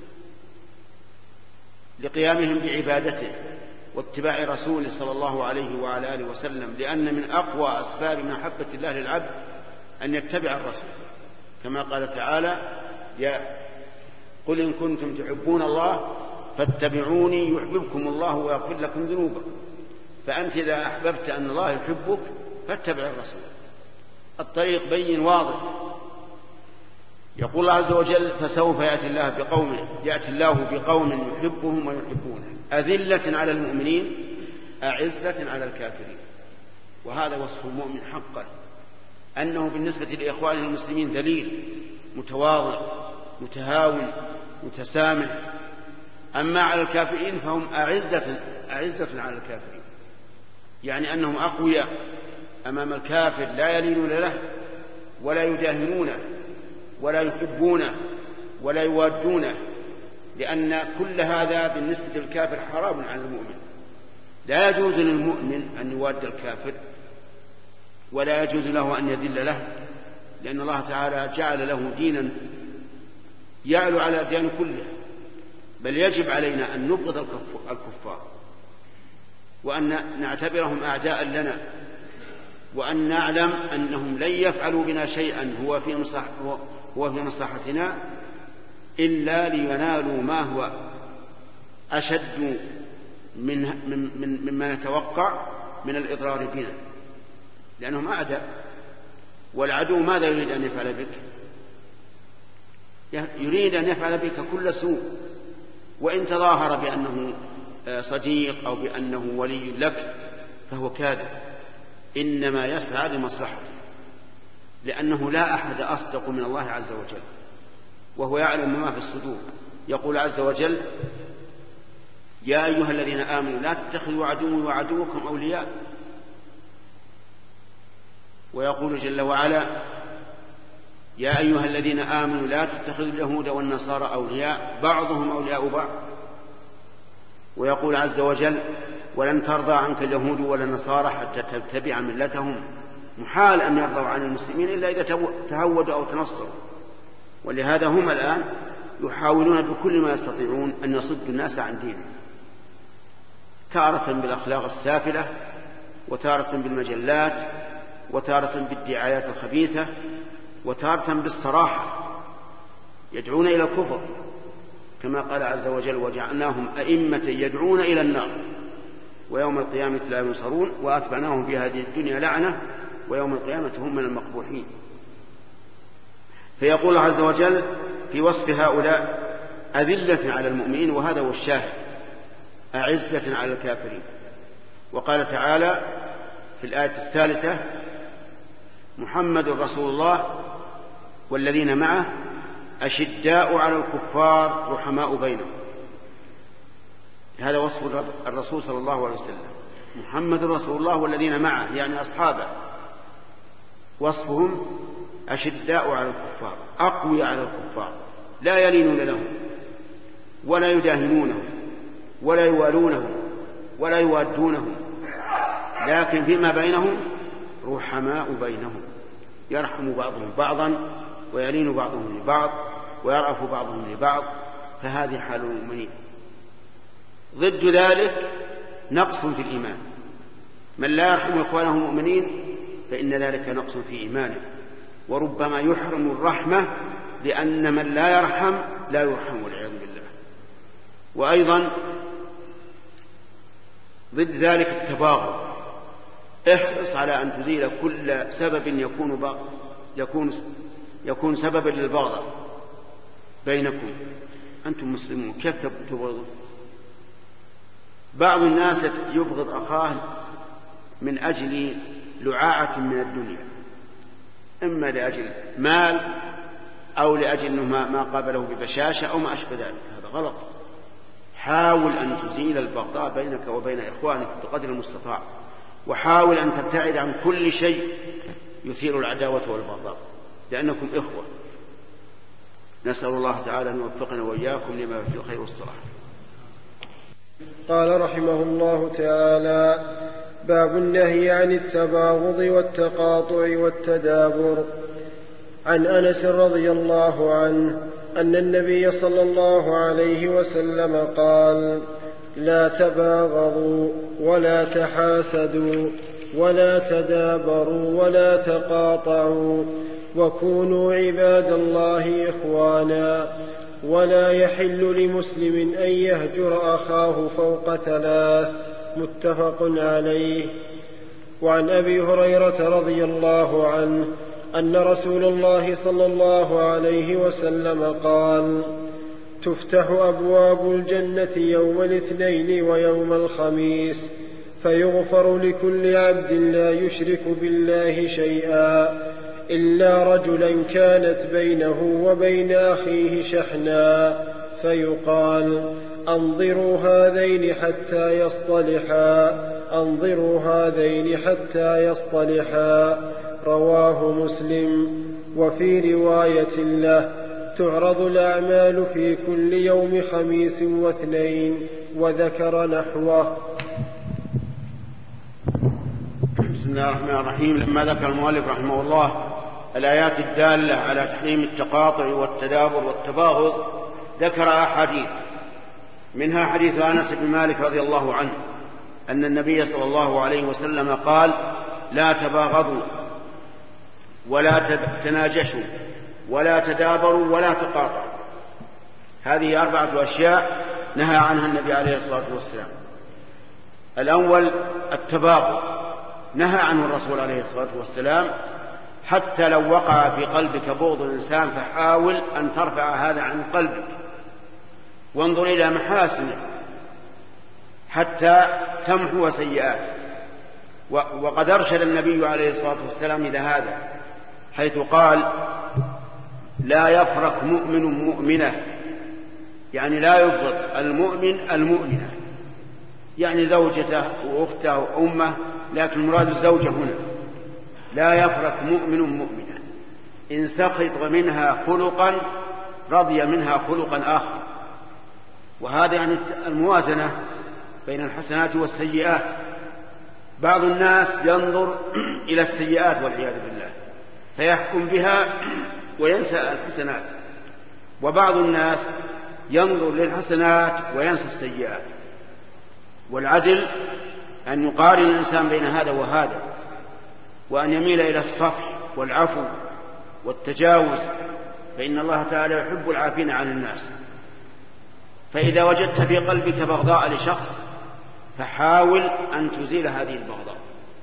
لقيامهم بعبادته واتباع رسوله صلى الله عليه وعلى آله وسلم، لأن من أقوى أسباب محبة الله للعبد أن يتبع الرسول، كما قال تعالى قل إن كنتم تحبون الله فاتبعوني يحببكم الله ويغفر لكم ذنوبكم. فأنت إذا أحببت أن الله يحبك فاتبع الرسول، الطريق بين واضح. يقول الله عز وجل فسوف يأتي الله بقوم يحبهم ويحبونه أذلة على المؤمنين أعزة على الكافرين. وهذا وصف المؤمن حقا، أنه بالنسبة لإخوانه المسلمين ذليل متواضع متهاون متسامح. أما على الكافرين فهم أعزة على الكافرين، يعني أنهم أقوياء أمام الكافر، لا يلينون له ولا يداهنونه ولا يحبونه ولا يوادونه، لأن كل هذا بالنسبة للكافر حرام على المؤمن. لا يجوز للمؤمن أن يواد الكافر ولا يجوز له أن يذل له، لأن الله تعالى جعل له دينا يعلو على الأديان كلها. بل يجب علينا أن نبغض الكفار وأن نعتبرهم أعداء لنا، وأن نعلم أنهم لن يفعلوا بنا شيئا هو في مصلحتنا إلا لينالوا ما هو أشد مما نتوقع من الإضرار بنا، لأنهم أعداء. والعدو ماذا يريد أن يفعل بك؟ يريد أن يفعل بك كل سوء، وإن تظاهر بأنه صديق أو بأنه ولي لك فهو كاذب، إنما يسعى لمصلحته، لأنه لا أحد أصدق من الله عز وجل، وهو يعلم ما في الصدور. يقول عز وجل يا أيها الذين آمنوا لا تتخذوا عدوي وعدوكم أولياء. ويقول جل وعلا يا أيها الذين آمنوا لا تتخذوا اليهود والنصارى أولياء بعضهم أولياء بعض. ويقول عز وجل ولن ترضى عنك اليهود ولا النصارى حتى تتبع ملتهم. محال أن يرضوا عن المسلمين إلا إذا تهودوا أو تنصروا. ولهذا هم الآن يحاولون بكل ما يستطيعون أن يصدوا الناس عن دينهم، تارة بالأخلاق السافلة، وتارة بالمجلات، وتارة بالدعايات الخبيثة، وتارة بالصراحة، يدعون إلى الكفر كما قال عز وجل وجعلناهم أئمة يدعون إلى النار ويوم القيامة لا ينصرون وأتبعناهم في هذه الدنيا لعنة ويوم القيامة هم من المقبوحين. فيقول عز وجل في وصف هؤلاء أذلة على المؤمنين، وهذا هو الشاهد، أعزة على الكافرين. وقال تعالى في الآية الثالثة محمد رسول الله والذين معه أشداء على الكفار رحماء بينهم. هذا وصف الرسول صلى الله عليه وسلم، محمد رسول الله والذين معه يعني أصحابه وصفهم أشداء على الكفار أقوياء على الكفار لا يلينون لهم ولا يداهنونهم ولا يوالونهم ولا يوادونهم، لكن فيما بينهم رحماء بينهم، يرحم بعضهم بعضا ويلين بعضهم لبعض ويرأف بعضهم لبعض، فهذه حال المؤمنين. ضد ذلك نقص في الإيمان، من لا يرحم إخوانه المؤمنين فإن ذلك نقص في إيمانه، وربما يحرم الرحمة لأن من لا يرحم لا يرحم والعياذ بالله. وأيضا ضد ذلك التباغض، احرص على أن تزيل كل سبب يكون سببا للبغض بينكم، أنتم مسلمون كيف تبغضون؟ بعض الناس يبغض أخاه من أجل لعاعة من الدنيا، إما لأجل مال أو لأجل أنه ما قابله ببشاشة أو ما أشبه ذلك، هذا غلط. حاول أن تزيل البغضاء بينك وبين إخوانك بقدر المستطاع، وحاول أن تبتعد عن كل شيء يثير العداوة والبغضاء، لأنكم إخوة. نسأل الله تعالى أن يوفقنا وإياكم لما فيه الخير والصلاح. قال رحمه الله تعالى: باب النهي عن التباغض والتقاطع والتدابر. عن أنس رضي الله عنه أن النبي صلى الله عليه وسلم قال: لا تباغضوا ولا تحاسدوا ولا تدابروا ولا تقاطعوا وكونوا عباد الله إخوانا، ولا يحل لمسلم أن يهجر أخاه فوق 3. متفق عليه. وعن أبي هريرة رضي الله عنه أن رسول الله صلى الله عليه وسلم قال: تفتح أبواب الجنة يوم الاثنين ويوم الخميس، فيغفر لكل عبد لا يشرك بالله شيئا إلا رجلا كانت بينه وبين أخيه شحنا، فيقال: أنظروا هذين حتى يصطلحا، أنظروا هذين حتى يصطلحا. رواه مسلم. وفي رواية له: تعرض الأعمال في كل يوم خميس واثنين، وذكر نحوه. بسم الله الرحمن الرحيم. لما ذكر المؤلف رحمه الله الآيات الدالة على تحريم التقاطع والتدابر والتباغض، ذكر أحاديث، منها حديث أنس بن مالك رضي الله عنه أن النبي صلى الله عليه وسلم قال: لا تباغضوا ولا تناجشوا ولا تدابروا ولا تقاطعوا. هذه 4 أشياء نهى عنها النبي عليه الصلاة والسلام. الأول التباغض، نهى عنه الرسول عليه الصلاة والسلام، حتى لو وقع في قلبك بغض الإنسان فحاول أن ترفع هذا عن قلبك، وانظر إلى محاسنه حتى تمحو سيئاته. وقد أرشد النبي عليه الصلاة والسلام إلى هذا، حيث قال: لا يفرق مؤمن مؤمنة، يعني لا يبغض المؤمن المؤمنة، يعني زوجته وأخته وأمه، لكن مراد الزوجة هنا. لا يفرق مؤمن مؤمنة، إن سخط منها خلقا رضي منها خلقا آخر. وهذا يعني الموازنة بين الحسنات والسيئات. بعض الناس ينظر إلى السيئات والعياذ بالله فيحكم بها وينسى الحسنات، وبعض الناس ينظر للحسنات وينسى السيئات. والعدل أن يقارن الإنسان بين هذا وهذا، وأن يميل إلى الصفح والعفو والتجاوز، فإن الله تعالى يحب العافين عن الناس. فإذا وجدت في قلبك بغضاء لشخص فحاول أن تزيل هذه البغضاء،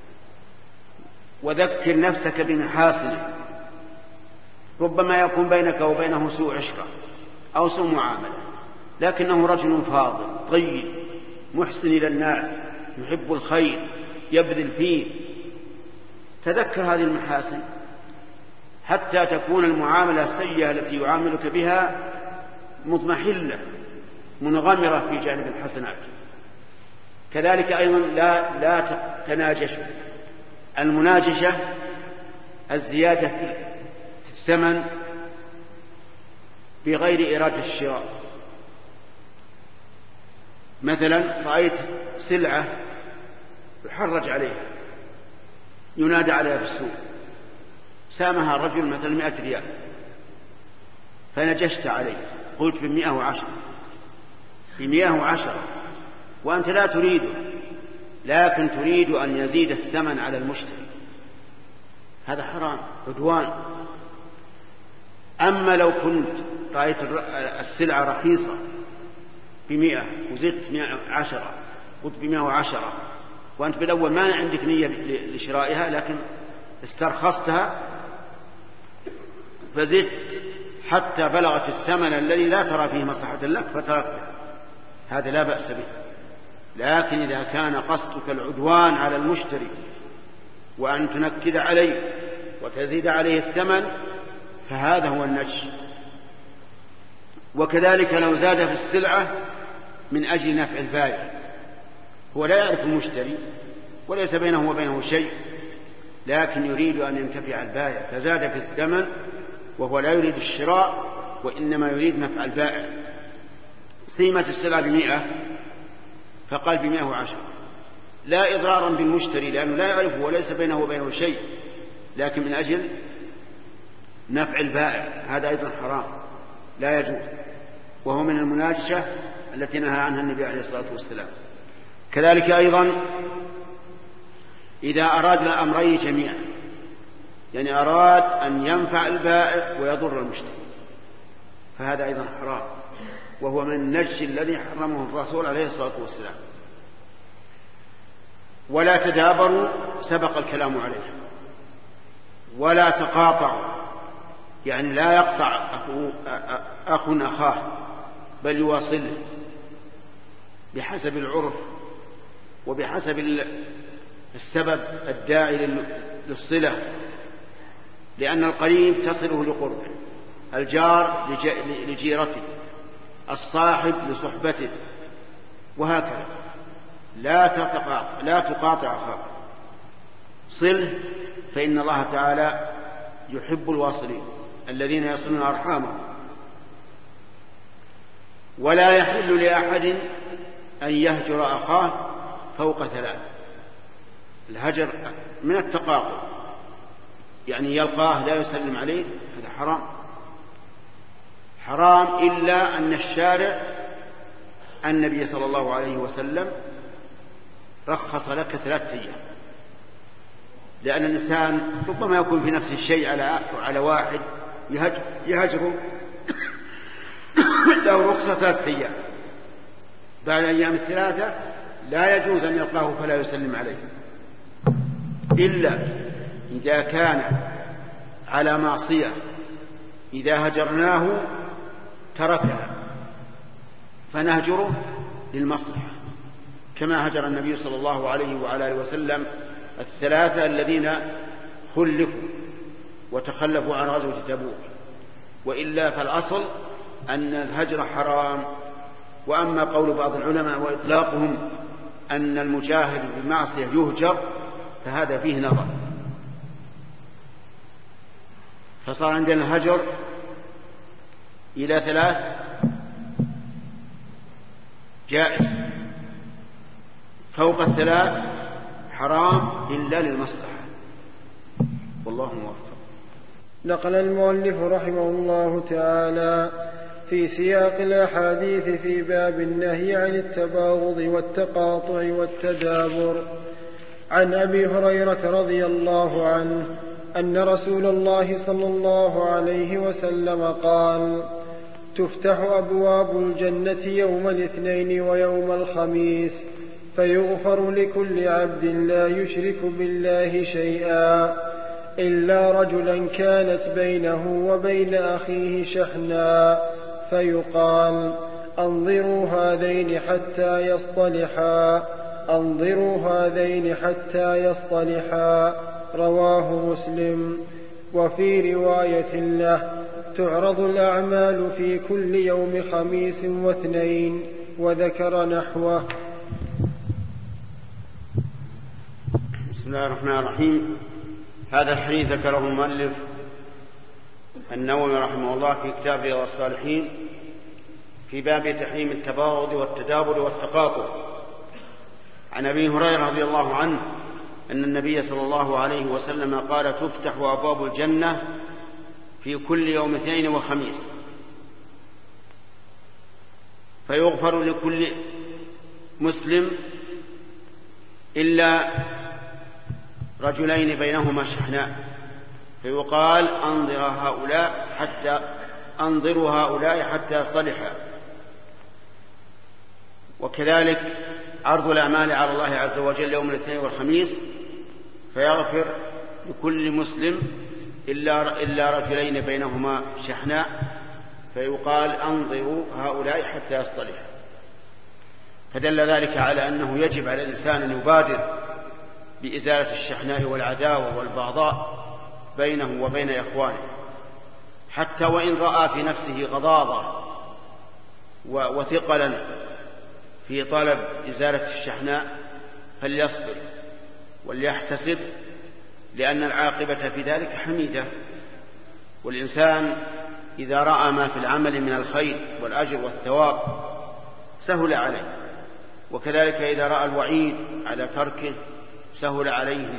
وذكر نفسك بمحاسنه. ربما يكون بينك وبينه سوء عشرة أو سوء معاملة، لكنه رجل فاضل طيب محسن إلى الناس، يحب الخير، يبذل فيه. تذكر هذه المحاسن حتى تكون المعاملة السيئة التي يعاملك بها مضمحلة منغمرة في جانب الحسنات. كذلك أيضا لا تناجشوا. المناجشة الزيادة في الثمن بغير إرادة الشراء. مثلا رأيت سلعة يحرج عليها، ينادى عليها في السوق، سامها الرجل مثلا 100 ريال، فنجشت عليه قلت ب110 وأنت لا تريده، لكن تريد أن يزيد الثمن على المشتري، هذا حرام، عدوان. أما لو كنت رأيت السلعة رخيصة ب100 وزدت 110 قلت ب110 وأنت بالأول ما عندك نية لشرائها لكن استرخصتها فزدت حتى بلغت الثمن الذي لا ترى فيه مصلحة لك فتركتها، هذا لا بأس به. لكن إذا كان قصدك العدوان على المشتري وأن تنكد عليه وتزيد عليه الثمن فهذا هو النجش. وكذلك لو زاد في السلعة من أجل نفع البائع، هو لا يعرف المشتري وليس بينه وبينه شيء، لكن يريد أن ينتفع البائع فزاد في الثمن وهو لا يريد الشراء وإنما يريد نفع البائع. سيمة السلعة ب100 فقال ب110 لا إضرارا بالمشتري لأنه لا يعرفه وليس بينه وبينه شيء، لكن من أجل نفع البائع، هذا أيضا حرام لا يجوز، وهو من المناجشة التي نهى عنها النبي عليه الصلاة والسلام. كذلك أيضا إذا أراد الأمرين جميعا، يعني أراد أن ينفع البائع ويضر المشتري، فهذا أيضا حرام، وهو من النجش الذي حرمه الرسول عليه الصلاة والسلام. ولا تدابروا سبق الكلام عليه، ولا تقاطعوا، يعني لا يقطع أخ أخاه بل يواصله بحسب العرف وبحسب السبب الداعي للصلة، لأن القريب تصله لقربه، الجار لجيرته، الصاحب لصحبته، وهكذا. لا تقاطع أخاك، صله، فإن الله تعالى يحب الواصلين الذين يصلون أرحامهم. ولا يحل لأحد أن يهجر أخاه فوق 3. الهجر من التقاطع، يعني يلقاه لا يسلم عليه، هذا حرام حرام، إلا أن الشارع النبي صلى الله عليه وسلم رخص لك 3 أيام، لأن الإنسان ربما يكون في نفس الشيء على واحد يهجره له رخصة 3 أيام، بعد أيام 3 لا يجوز أن يلقاه فلا يسلم عليه، إلا إذا كان على معصية، إذا هجرناه تركنا فنهجره للمصلحة، كما هجر النبي صلى الله عليه وعلى آله وسلم 3 الذين خلفوا وتخلفوا عن غزوة تبوك. وإلا فالأصل أن الهجر حرام. وأما قول بعض العلماء وإطلاقهم أن المجاهد بالمعصية يهجر فهذا فيه نظر، فصار عندنا الهجر إلى 3 جائز، فوق 3 حرام إلا للمصلحة، والله موفق. نقل المؤلف رحمه الله تعالى في سياق الأحاديث في باب النهي عن التباغض والتقاطع والتدابر عن أبي هريرة رضي الله عنه أن رسول الله صلى الله عليه وسلم قال: تفتح أبواب الجنة يوم الاثنين ويوم الخميس فيغفر لكل عبد لا يشرك بالله شيئا إلا رجلا كانت بينه وبين أخيه شحنا فيقال: أنظروا هذين حتى يصطلحا. رواه مسلم. وفي رواية له: تعرض الأعمال في كل يوم خميس واثنين، وذكر نحوه. بسم الله الرحمن الرحيم. هذا الحديث ذكره المؤلف النووي رحمه الله في كتاب رياض الصالحين في باب تحريم التباغض والتدابر والتقاطع، عن أبي هريرة رضي الله عنه أن النبي صلى الله عليه وسلم قال: تفتح أبواب الجنة في كل يوم اثنين وخميس، فيغفر لكل مسلم إلا رجلين بينهما شحناء، فيقال: أنظروا هؤلاء حتى يصطلحا. وكذلك عرض الأعمال على الله عز وجل يوم الاثنين والخميس، فيغفر لكل مسلم إلا رجلين بينهما شحناء، فيقال: أنظروا هؤلاء حتى يصطلحا. فدل ذلك على أنه يجب على الإنسان أن يبادر بإزالة الشحناء والعداوة والبغضاء بينه وبين إخوانه، حتى وإن رأى في نفسه غضاضة وثقلا في طلب إزالة الشحناء فليصبر وليحتسب، لأن العاقبة في ذلك حميدة. والإنسان إذا رأى ما في العمل من الخير والأجر والثواب سهل عليه، وكذلك إذا رأى الوعيد على تركه سهل عليه.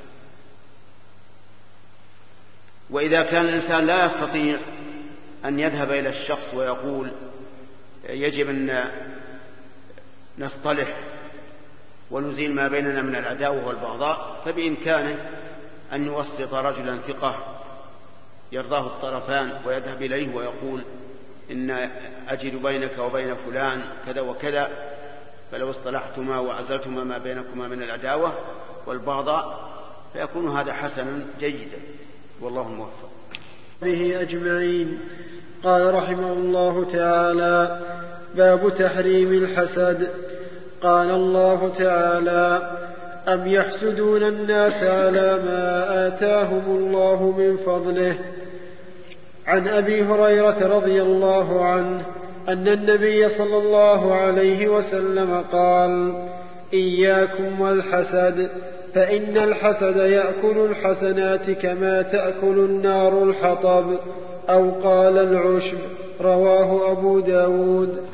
وإذا كان الإنسان لا يستطيع أن يذهب إلى الشخص ويقول يجب أن نصطلح ونزيل ما بيننا من العداوة والبغضاء، فبإمكانه أن يوسط رجلا ثقة يرضاه الطرفان ويذهب إليه ويقول: إن أجد بينك وبين فلان كذا وكذا، فلو اصطلحتما وعزلتما ما بينكما من العداوة والبغضاء فيكون هذا حسنا جيدا، والله الموفق. به أجمعين. قال رحمه الله تعالى: باب تحريم الحسد. قال الله تعالى: أم يحسدون الناس على ما آتاهم الله من فضله. عن أبي هريرة رضي الله عنه أن النبي صلى الله عليه وسلم قال: إياكم والحسد، فإن الحسد يأكل الحسنات كما تأكل النار الحطب، أو قال العشب. رواه أبو داود.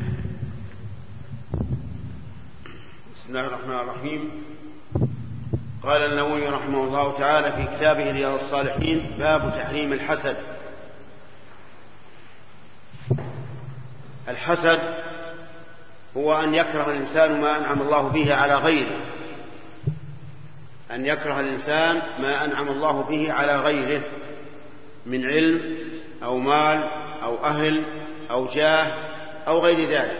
بسم الله الرحمن الرحيم. قال النووي رحمه الله تعالى في كتابه رياض الصالحين: باب تحريم الحسد. الحسد هو أن يكره الإنسان ما أنعم الله به على غيره، أن يكره الإنسان ما أنعم الله به على غيره من علم أو مال أو أهل أو جاه أو غير ذلك.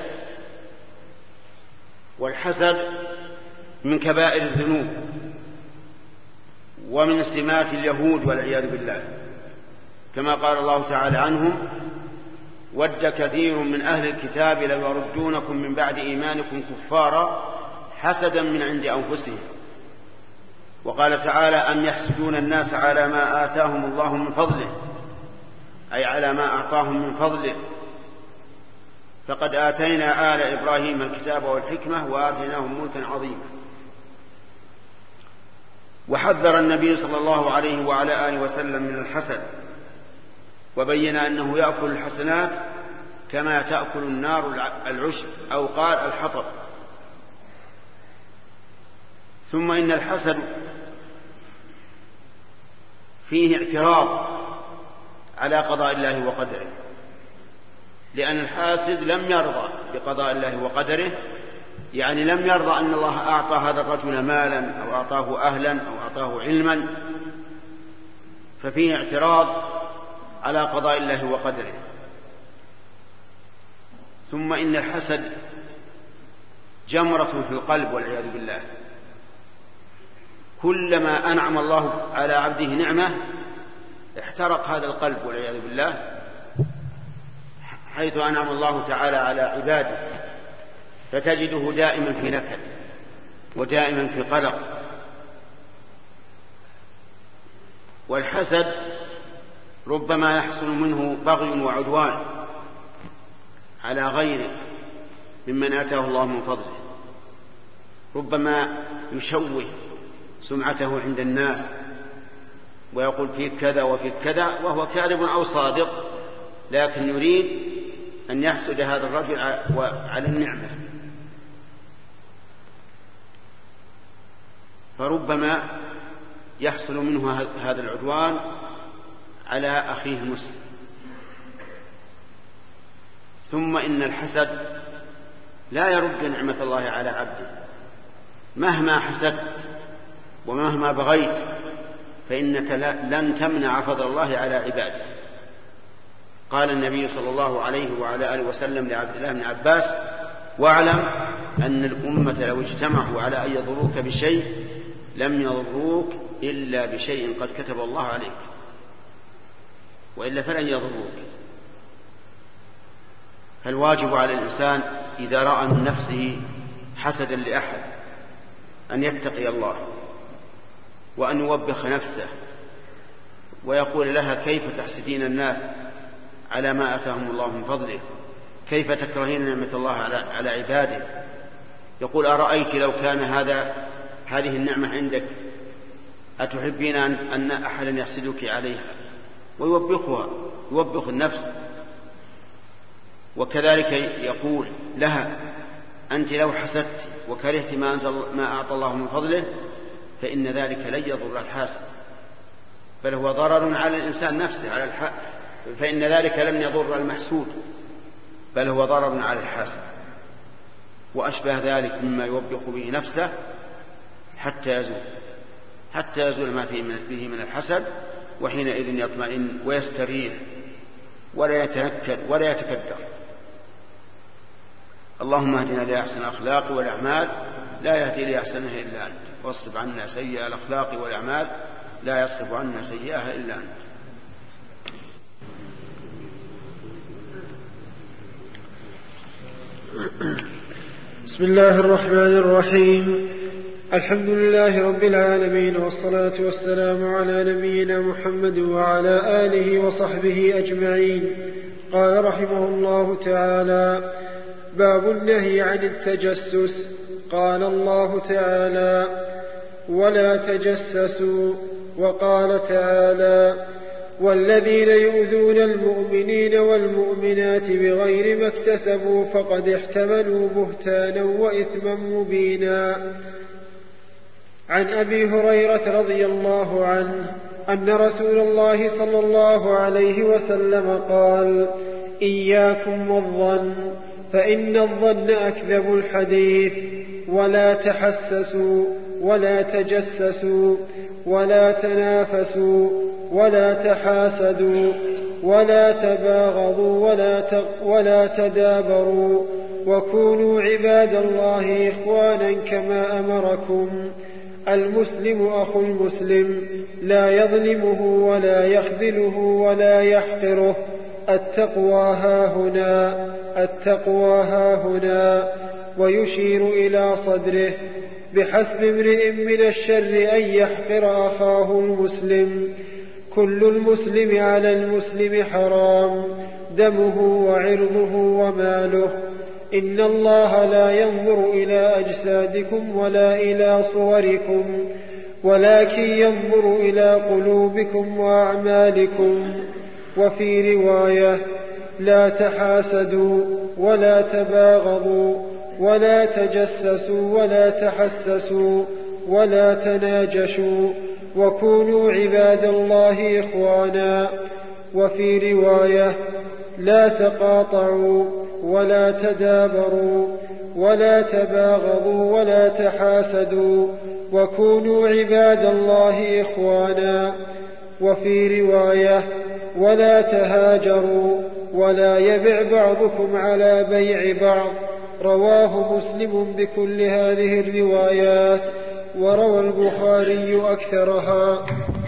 والحسد من كبائر الذنوب ومن سمات اليهود والعياذ بالله، كما قال الله تعالى عنهم: ود كثير من أهل الكتاب لو يردونكم من بعد إيمانكم كفارا حسدا من عند أنفسهم. وقال تعالى: أم يحسدون الناس على ما آتاهم الله من فضله، أي على ما أعطاهم من فضله. فقد آتينا آل إبراهيم الكتاب والحكمة وآتيناهم ملكا عظيما. وحذر النبي صلى الله عليه وعلى آله وسلم من الحسد، وبين أنه يأكل الحسنات كما تأكل النار العشب، أو قال الحطب. ثم إن الحسد فيه اعتراض على قضاء الله وقدره، لأن الحاسد لم يرضى بقضاء الله وقدره، يعني لم يرضى أن الله أعطى هذا الرجل مالا أو أعطاه أهلا أو أعطاه علما، ففيه اعتراض على قضاء الله وقدره. ثم إن الحسد جمرة في القلب والعياذ بالله، كلما أنعم الله على عبده نعمة احترق هذا القلب والعياذ بالله، حيث أنعم الله تعالى على عباده فتجده دائما في نكد ودائما في قلق. والحسد ربما يحصل منه بغي وعدوان على غيره ممن آتاه الله من فضله، ربما يشوه سمعته عند الناس ويقول فيك كذا وفيك كذا وهو كاذب أو صادق، لكن يريد أن يحسد هذا الرجل على النعمة، فربما يحصل منه هذا العدوان على أخيه المسلم. ثم إن الحسد لا يرد نعمة الله على عبده، مهما حسدت ومهما بغيت فإنك لن تمنع فضل الله على عباده. قال النبي صلى الله عليه وعلى آله وسلم لعبد الله بن عباس: واعلم أن الأمة لو اجتمعوا على أن يضروك بشيء لم يضروك إلا بشيء قد كتب الله عليك، وإلا فلن يضروك. فالواجب على الإنسان إذا رأى من نفسه حسدا لأحد أن يتقي الله وأن يوبخ نفسه ويقول لها: كيف تحسدين الناس على ما آتاهم الله من فضله؟ كيف تكرهين نعمة الله على عباده؟ يقول: أرأيت لو كان هذه النعمة عندك أتحبين أن أحدا يحسدك عليها؟ ويوبخها، يوبخ النفس. وكذلك يقول لها: أنت لو حسدت وكرهت ما أعطى الله من فضله فإن ذلك لن يضر الحاسد، بل هو ضرر على الإنسان نفسه، فإن ذلك لن يضر المحسود بل هو ضرر على الحاسد. وأشبه ذلك مما يوبخ به نفسه حتى يزول ما فيه من الحسد، وحينئذ يطمئن ويستريح ولا يتنكد ولا يتكدر. اللهم اهدنا لأحسن الأخلاق والأعمال لا يهدي لأحسنها إلا أنت، واصرف عنا سيئة الأخلاق والأعمال لا يصرف عنا سيئها إلا أنت. بسم الله الرحمن الرحيم. الحمد لله رب العالمين، والصلاة والسلام على نبينا محمد وعلى آله وصحبه أجمعين. قال رحمه الله تعالى: باب النهي عن التجسس. قال الله تعالى: ولا تجسسوا. وقال تعالى: والذين يؤذون المؤمنين والمؤمنات بغير ما اكتسبوا فقد احتملوا بهتانا وإثما مبينا. عن أبي هريرة رضي الله عنه أن رسول الله صلى الله عليه وسلم قال: إياكم والظن فإن الظن أكذب الحديث، ولا تحسسوا ولا تجسسوا ولا تنافسوا ولا تحاسدوا ولا تباغضوا ولا تدابروا، وكونوا عباد الله إخوانا كما أمركم. المسلم أخو المسلم لا يظلمه ولا يخذله ولا يحقره. التقوى ها هنا. ويشير إلى صدره: بحسب امرئ من الشر أن يحقر أخاه المسلم. كل المسلم على المسلم حرام، دمه وعرضه وماله. إن الله لا ينظر إلى أجسادكم ولا إلى صوركم، ولكن ينظر إلى قلوبكم وأعمالكم. وفي رواية: لا تحاسدوا ولا تباغضوا ولا تجسسوا ولا تحسسوا ولا تناجشوا، وكونوا عباد الله إخوانا. وفي رواية: لا تقاطعوا ولا تدابروا ولا تباغضوا ولا تحاسدوا، وكونوا عباد الله إخوانا. وفي رواية: ولا تهاجروا ولا يبع بعضكم على بيع بعض. رواه مسلم بكل هذه الروايات، وروى البخاري أكثرها.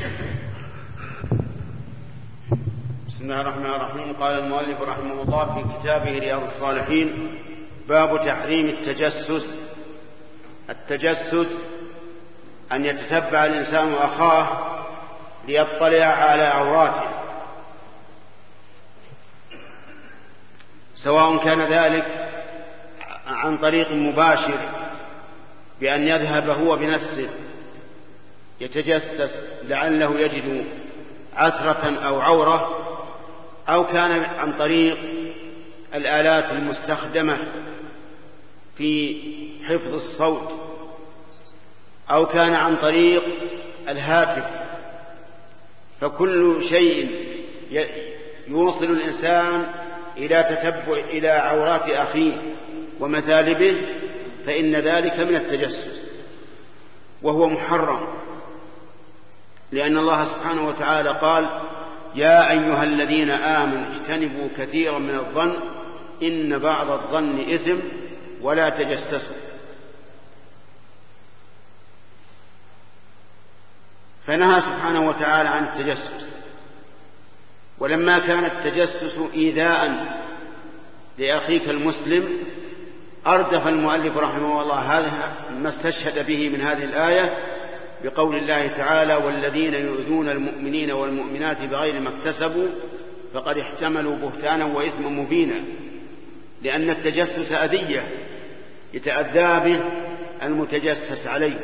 بسم الله الرحمن الرحيم. قال المؤلف رحمه الله في كتابه رياض الصالحين: باب تحريم التجسس. التجسس أن يتتبع الإنسان أخاه ليطلع على عوراته، سواء كان ذلك عن طريق مباشر بأن يذهب هو بنفسه يتجسس لعله يجد عثرة أو عورة، أو كان عن طريق الآلات المستخدمة في حفظ الصوت، أو كان عن طريق الهاتف، فكل شيء يوصل الإنسان إلى تتبع إلى عورات أخيه ومثالبه فإن ذلك من التجسس، وهو محرم، لأن الله سبحانه وتعالى قال: يا أيها الذين آمنوا اجتنبوا كثيرا من الظن إن بعض الظن إثم ولا تجسسوا. فنهى سبحانه وتعالى عن التجسس. ولما كان التجسس إيذاء لأخيك المسلم أردف المؤلف رحمه الله هذا ما استشهد به من هذه الآية بقول الله تعالى: والذين يؤذون المؤمنين والمؤمنات بغير ما اكتسبوا فقد احتملوا بهتانا وإثما مبينا، لأن التجسس أذية يتأذى به المتجسس عليه،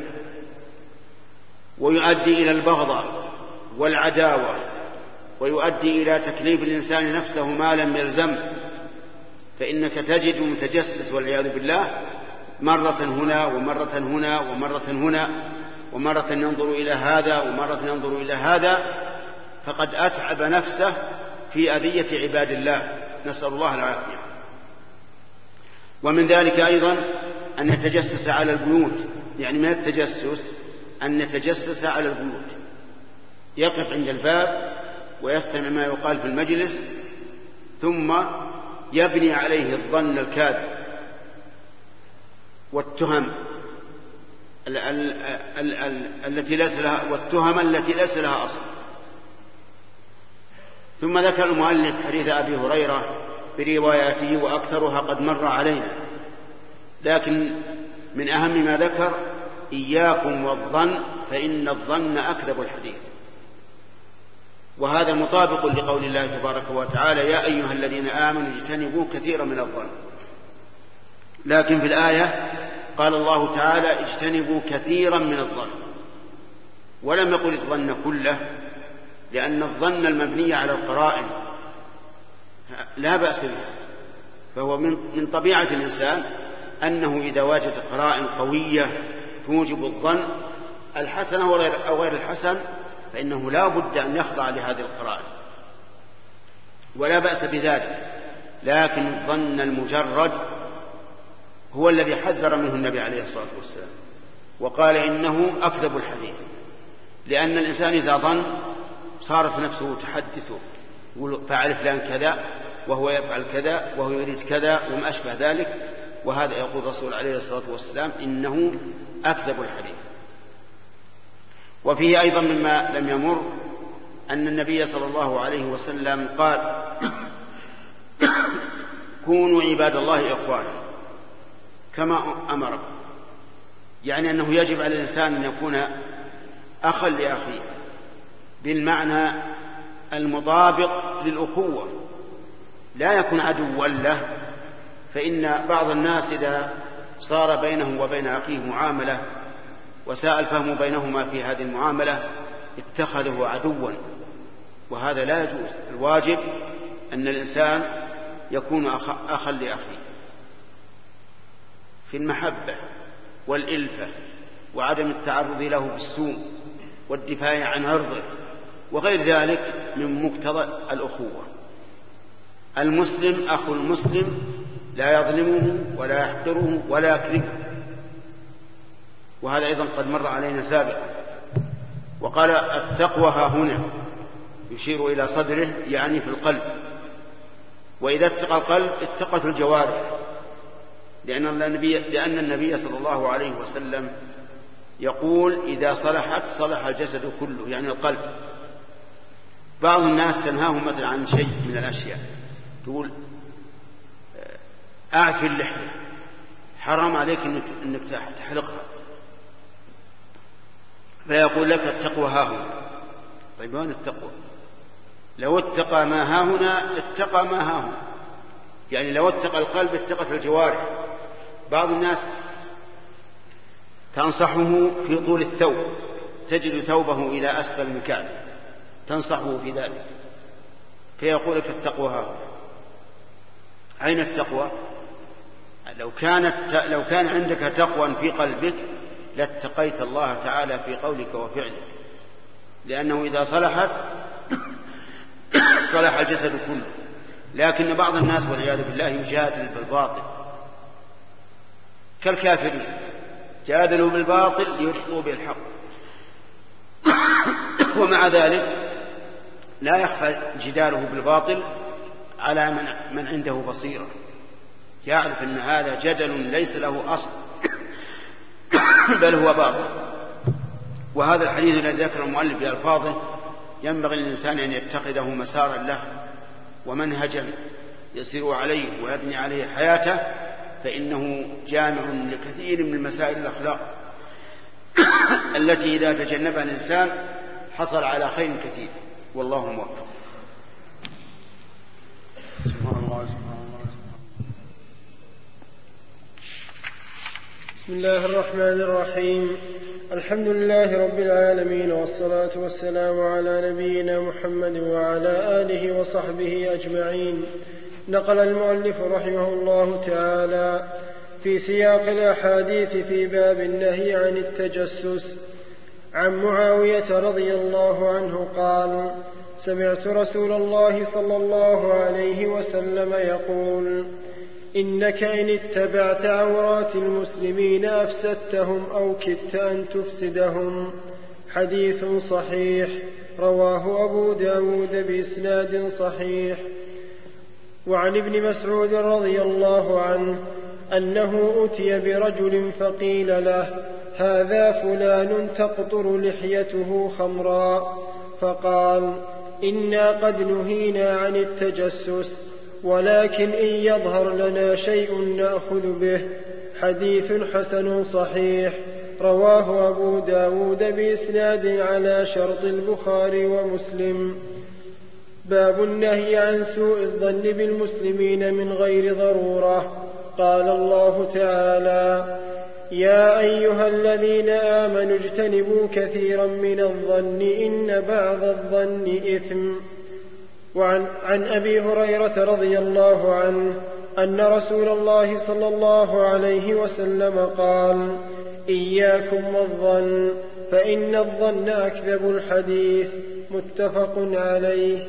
ويؤدي إلى البغضاء والعداوة، ويؤدي إلى تكليف الإنسان نفسه ما لم يلزم. فإنك تجد متجسس والعياذ بالله مرة هنا ومرة هنا ومرة هنا، ومرة ينظر إلى هذا ومرة ينظر إلى هذا، فقد أتعب نفسه في أذية عباد الله، نسأل الله العافية. ومن ذلك أيضا أن يتجسس على البيوت، يعني من التجسس أن يتجسس على البيوت، يقف عند الباب ويستمع ما يقال في المجلس ثم يبني عليه الظن الكاذب والتهم التي ليس لها، والتهم التي ليس لها أصل. ثم ذكر المؤلف حديث أبي هريرة برواياته وأكثرها قد مر علينا، لكن من أهم ما ذكر: إياكم والظن فإن الظن أكذب الحديث. وهذا مطابق لقول الله تبارك وتعالى: يا أيها الذين آمنوا اجتنبوا كثيرا من الظن. لكن في الآية قال الله تعالى: اجتنبوا كثيرا من الظن، ولم يقل الظن كله، لأن الظن المبني على القرائن لا بأس به، فهو من طبيعة الإنسان أنه إذا وجد قرائن قوية توجب الظن الحسن أو غير الحسن فإنه لا بد أن يخضع لهذه القرائن، ولا بأس بذلك. لكن الظن المجرد هو الذي حذر منه النبي عليه الصلاة والسلام، وقال إنه أكذب الحديث، لأن الإنسان إذا ظن صارت نفسه تحدثه، يقول فعل فلان كذا وهو يفعل كذا وهو يريد كذا وما أشبه ذلك، وهذا يقول الرسول عليه الصلاة والسلام إنه أكذب الحديث. وفيه أيضا مما لم يمر أن النبي صلى الله عليه وسلم قال: كونوا عباد الله إخوانا كما أمركم، يعني أنه يجب على الإنسان أن يكون أخا لأخيه بالمعنى المطابق للأخوة، لا يكون عدوا له. فإن بعض الناس إذا صار بينه وبين أخيه معاملة وساء الفهم بينهما في هذه المعاملة اتخذه عدوا، وهذا لا يجوز. الواجب أن الإنسان يكون أخا لأخيه في المحبة والإلفة وعدم التعرض له بالسوء والدفاع عن عرضه وغير ذلك من مقتضى الأخوة. المسلم أخو المسلم لا يظلمه ولا يحقره ولا يكذبه، وهذا أيضا قد مر علينا سابقا. وقال: التقوى ها هنا، يشير إلى صدره يعني في القلب، وإذا اتقى القلب اتقت الجوارح، لأن النبي صلى الله عليه وسلم يقول: إذا صلحت صلح الجسد كله، يعني القلب. بعض الناس تنهاهم مثلا عن شيء من الأشياء، تقول: أعفي اللحية، حرام عليك أنك تحلقها، فيقول لك: التقوى ها هنا. طيب وين التقوى؟ لو اتقى ما ها هنا اتقى ما ها هنا، يعني لو اتقى القلب اتقت الجوارح. بعض الناس تنصحه في طول الثوب، تجد ثوبه إلى أسفل من كعبه تنصحه في ذلك، فيقول لك التقوى ها هنا. أين التقوى؟ لو كان عندك تقوى في قلبك لاتقيت الله تعالى في قولك وفعلك، لأنه إذا صلحت صلح الجسد كله. لكن بعض الناس والعياذ بالله يجادل بالباطل كالكافرين، جادلوا بالباطل ليدحضوا بالحق، ومع ذلك لا يخفى جداله بالباطل على من عنده بصيرة، يعرف أن هذا جدل ليس له أصل بل هو باطل. وهذا الحديث الذي ذكر المؤلف بألفاظه ينبغي للإنسان أن يتخذه مسارا له ومنهجا يسير عليه ويبني عليه حياته، فإنه جامع لكثير من مسائل الأخلاق التي إذا تجنبها الإنسان حصل على خير كثير، والله موفق. بسم الله الرحمن الرحيم. الحمد لله رب العالمين، والصلاة والسلام على نبينا محمد وعلى آله وصحبه أجمعين. نقل المؤلف رحمه الله تعالى في سياق الأحاديث في باب النهي عن التجسس عن معاوية رضي الله عنه قال: سمعت رسول الله صلى الله عليه وسلم يقول: إنك إن اتبعت عورات المسلمين أفسدتهم أو كدت أن تفسدهم. حديث صحيح رواه أبو داود بإسناد صحيح. وعن ابن مسعود رضي الله عنه أنه أتي برجل فقيل له: هذا فلان تقطر لحيته خمرا، فقال: إنا قد نهينا عن التجسس، ولكن إن يظهر لنا شيء نأخذ به. حديث حسن صحيح رواه أبو داود بإسناد على شرط البخاري ومسلم. باب النهي عن سوء الظن بالمسلمين من غير ضرورة. قال الله تعالى: يا أيها الذين آمنوا اجتنبوا كثيرا من الظن إن بعض الظن إثم. وعن أبي هريرة رضي الله عنه أن رسول الله صلى الله عليه وسلم قال: إياكم والظن فإن الظن أكذب الحديث. متفق عليه.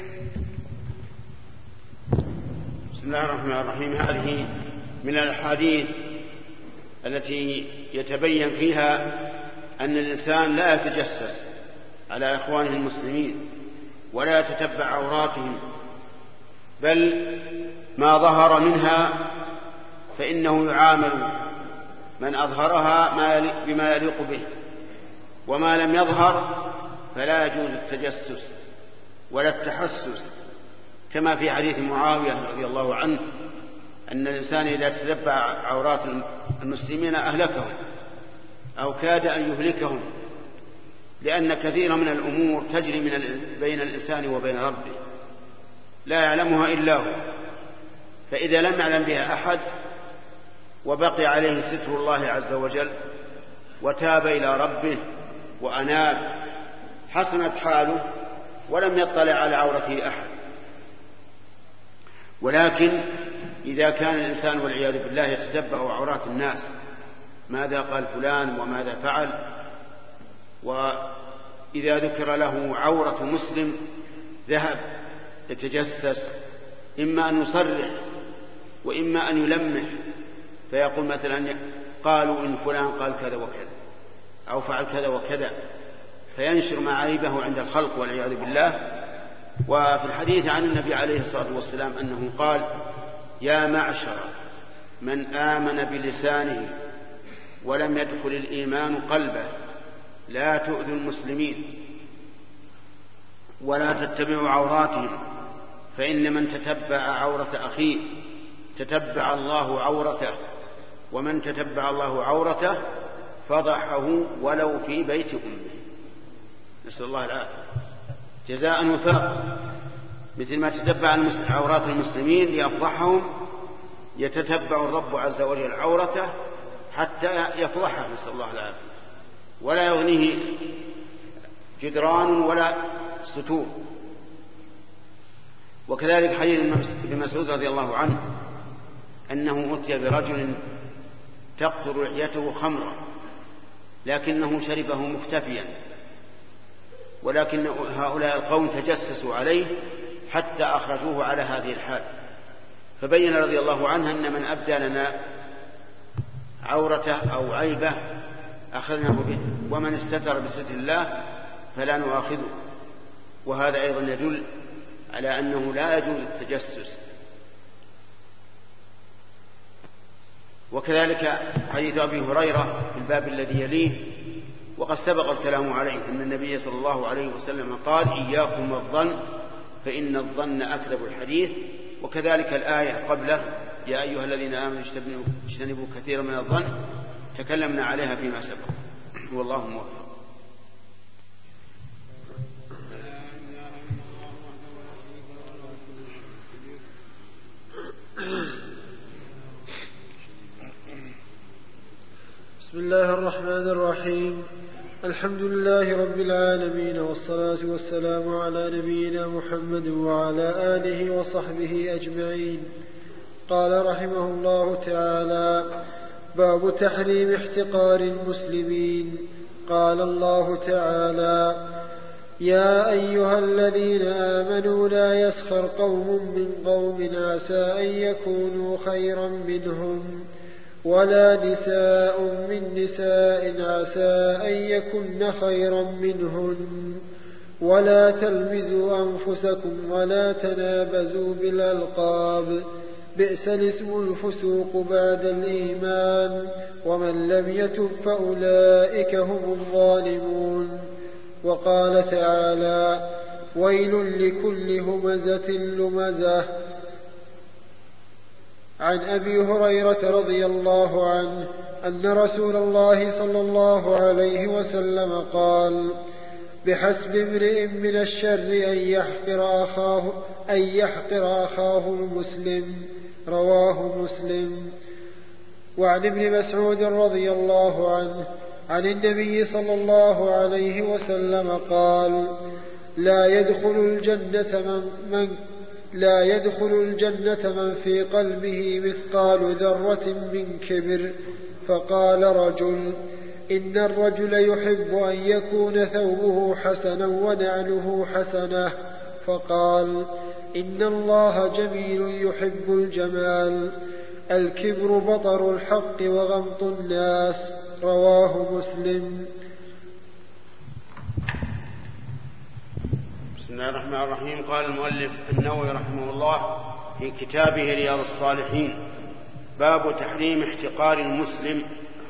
بسم الله الرحمن الرحيم. هذه من الأحاديث التي يتبين فيها أن الإنسان لا يتجسس على إخوانه المسلمين ولا يتتبع عوراتهم، بل ما ظهر منها فإنه يعامل من أظهرها بما يليق به، وما لم يظهر فلا يجوز التجسس ولا التحسس، كما في حديث معاوية رضي الله عنه أن الإنسان إذا تتبع عورات المسلمين أهلكهم أو كاد أن يهلكهم، لأن كثيرا من الأمور تجري بين الإنسان وبين ربه لا يعلمها إلا هو، فإذا لم يعلم بها أحد وبقي عليه ستر الله عز وجل وتاب إلى ربه وأناب حسنت حاله ولم يطلع على عورته أحد. ولكن إذا كان الإنسان والعياذ بالله يتتبع عورات الناس، ماذا قال فلان وماذا فعل، وإذا ذكر له عورة مسلم ذهب يتجسس، إما أن يصرح وإما أن يلمح، فيقول مثلا: قالوا إن فلان قال كذا وكذا أو فعل كذا وكذا، فينشر معايبه عند الخلق والعياذ بالله. وفي الحديث عن النبي عليه الصلاة والسلام أنه قال: يا معشر من آمن بلسانه ولم يدخل الإيمان قلبه لا تؤذوا المسلمين ولا تتبعوا عوراتهم، فإن من تتبع عورة أخيه تتبع الله عورته، ومن تتبع الله عورته فضحه ولو في بيت أمه. نسأل الله العافية. جزاء وفاق، مثل ما تتبع عورات المسلمين ليفضحهم يتتبع الرب عز وجل عورته حتى يفضحه، نسأل الله العافية. ولا يغنيه جدران ولا ستور. وكذلك حديث ابن مسعود رضي الله عنه أنه أتي برجل تقطر لحيته خمرا لكنه شربه مختفيا، ولكن هؤلاء القوم تجسسوا عليه حتى أخرجوه على هذه الحال، فبين رضي الله عنه أن من أبدى لنا عورته أو عيبه أخذناه به، ومن استتر بستر الله فلا نؤاخذه. وهذا أيضا يدل على أنه لا يجوز التجسس. وكذلك حديث أبي هريرة في الباب الذي يليه وقد سبق الكلام عليه أن النبي صلى الله عليه وسلم قال: إياكم والظن فإن الظن أكذب الحديث. وكذلك الآية قبله: يا أيها الذين آمنوا اجتنبوا كثيرا من الظن، تكلمنا عليها فيما سبق. والله موفق. بسم الله الرحمن الرحيم. الحمد لله رب العالمين، والصلاة والسلام على نبينا محمد وعلى آله وصحبه أجمعين. قال رحمه الله تعالى: باب تحريم احتقار المسلمين. قال الله تعالى: يا أيها الذين آمنوا لا يسخر قوم من قوم عسى أن يكونوا خيرا منهم ولا نساء من نساء عسى أن يكن خيرا منهن ولا تلمزوا أنفسكم ولا تنابزوا بالألقاب بئس الاسم الفسوق بعد الإيمان ومن لم يتب فأولئك هم الظالمون. وقال تعالى: ويل لكل همزة لمزة. عن أبي هريرة رضي الله عنه أن رسول الله صلى الله عليه وسلم قال: بحسب امرئ من الشر أن يحقر أخاه المسلم. رواه مسلم. وعن ابن مسعود رضي الله عنه عن النبي صلى الله عليه وسلم قال: لا يدخل الجنة من في قلبه مثقال ذرة من كبر. فقال رجل: إن الرجل يحب أن يكون ثوبه حسنا ونعله حسنة. فقال: إن الله جميل يحب الجمال. الكبر بطر الحق وغمط الناس. رواه مسلم. بسم الله الرحمن الرحيم. قال المؤلف النووي رحمه الله في كتابه رياض الصالحين: باب تحريم احتقار المسلم.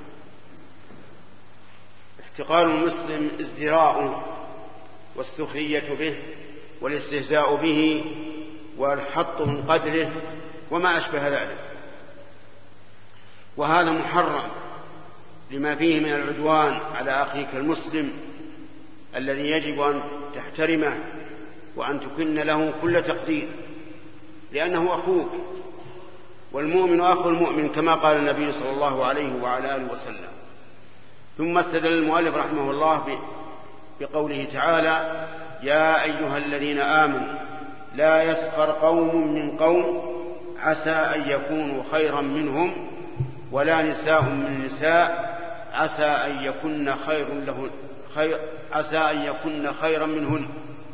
احتقار المسلم ازدراء والسخرية به والاستهزاء به والحط من قدره وما أشبه ذلك، وهذا محرم لما فيه من العدوان على أخيك المسلم الذي يجب أن تحترمه وأن تكن له كل تقدير، لأنه أخوك، والمؤمن أخو المؤمن كما قال النبي صلى الله عليه وعلى آله وسلم. ثم استدل المؤلف رحمه الله بقوله تعالى: يا أيها الذين آمنوا لا يسخر قوم من قوم عسى أن يكونوا خيرا منهم ولا نساء من نساء عسى أن يكن خيرا منهن.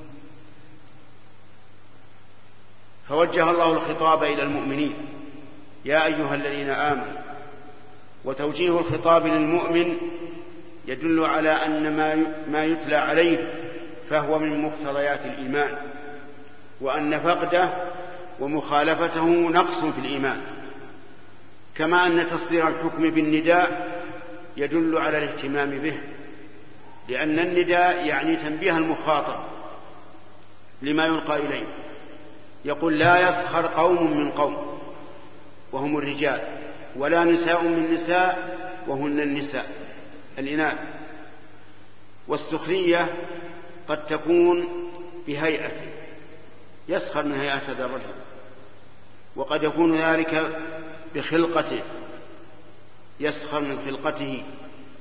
فوجه الله الخطاب إلى المؤمنين: يا أيها الذين آمنوا. وتوجيه الخطاب للمؤمن يدل على أن ما يتلى عليه فهو من مقتضيات الإيمان، وأن فقده ومخالفته نقص في الإيمان، كما أن تصدير الحكم بالنداء يدل على الاهتمام به، لأن النداء يعني تنبيه المخاطب لما يلقى إليه. يقول: لا يسخر قوم من قوم، وهم الرجال، ولا نساء من نساء، وهن النساء الإناث. والسخرية قد تكون بهيئته، يسخر من هيئة هذا الرجل، وقد يكون ذلك بخلقته، يسخر من خلقته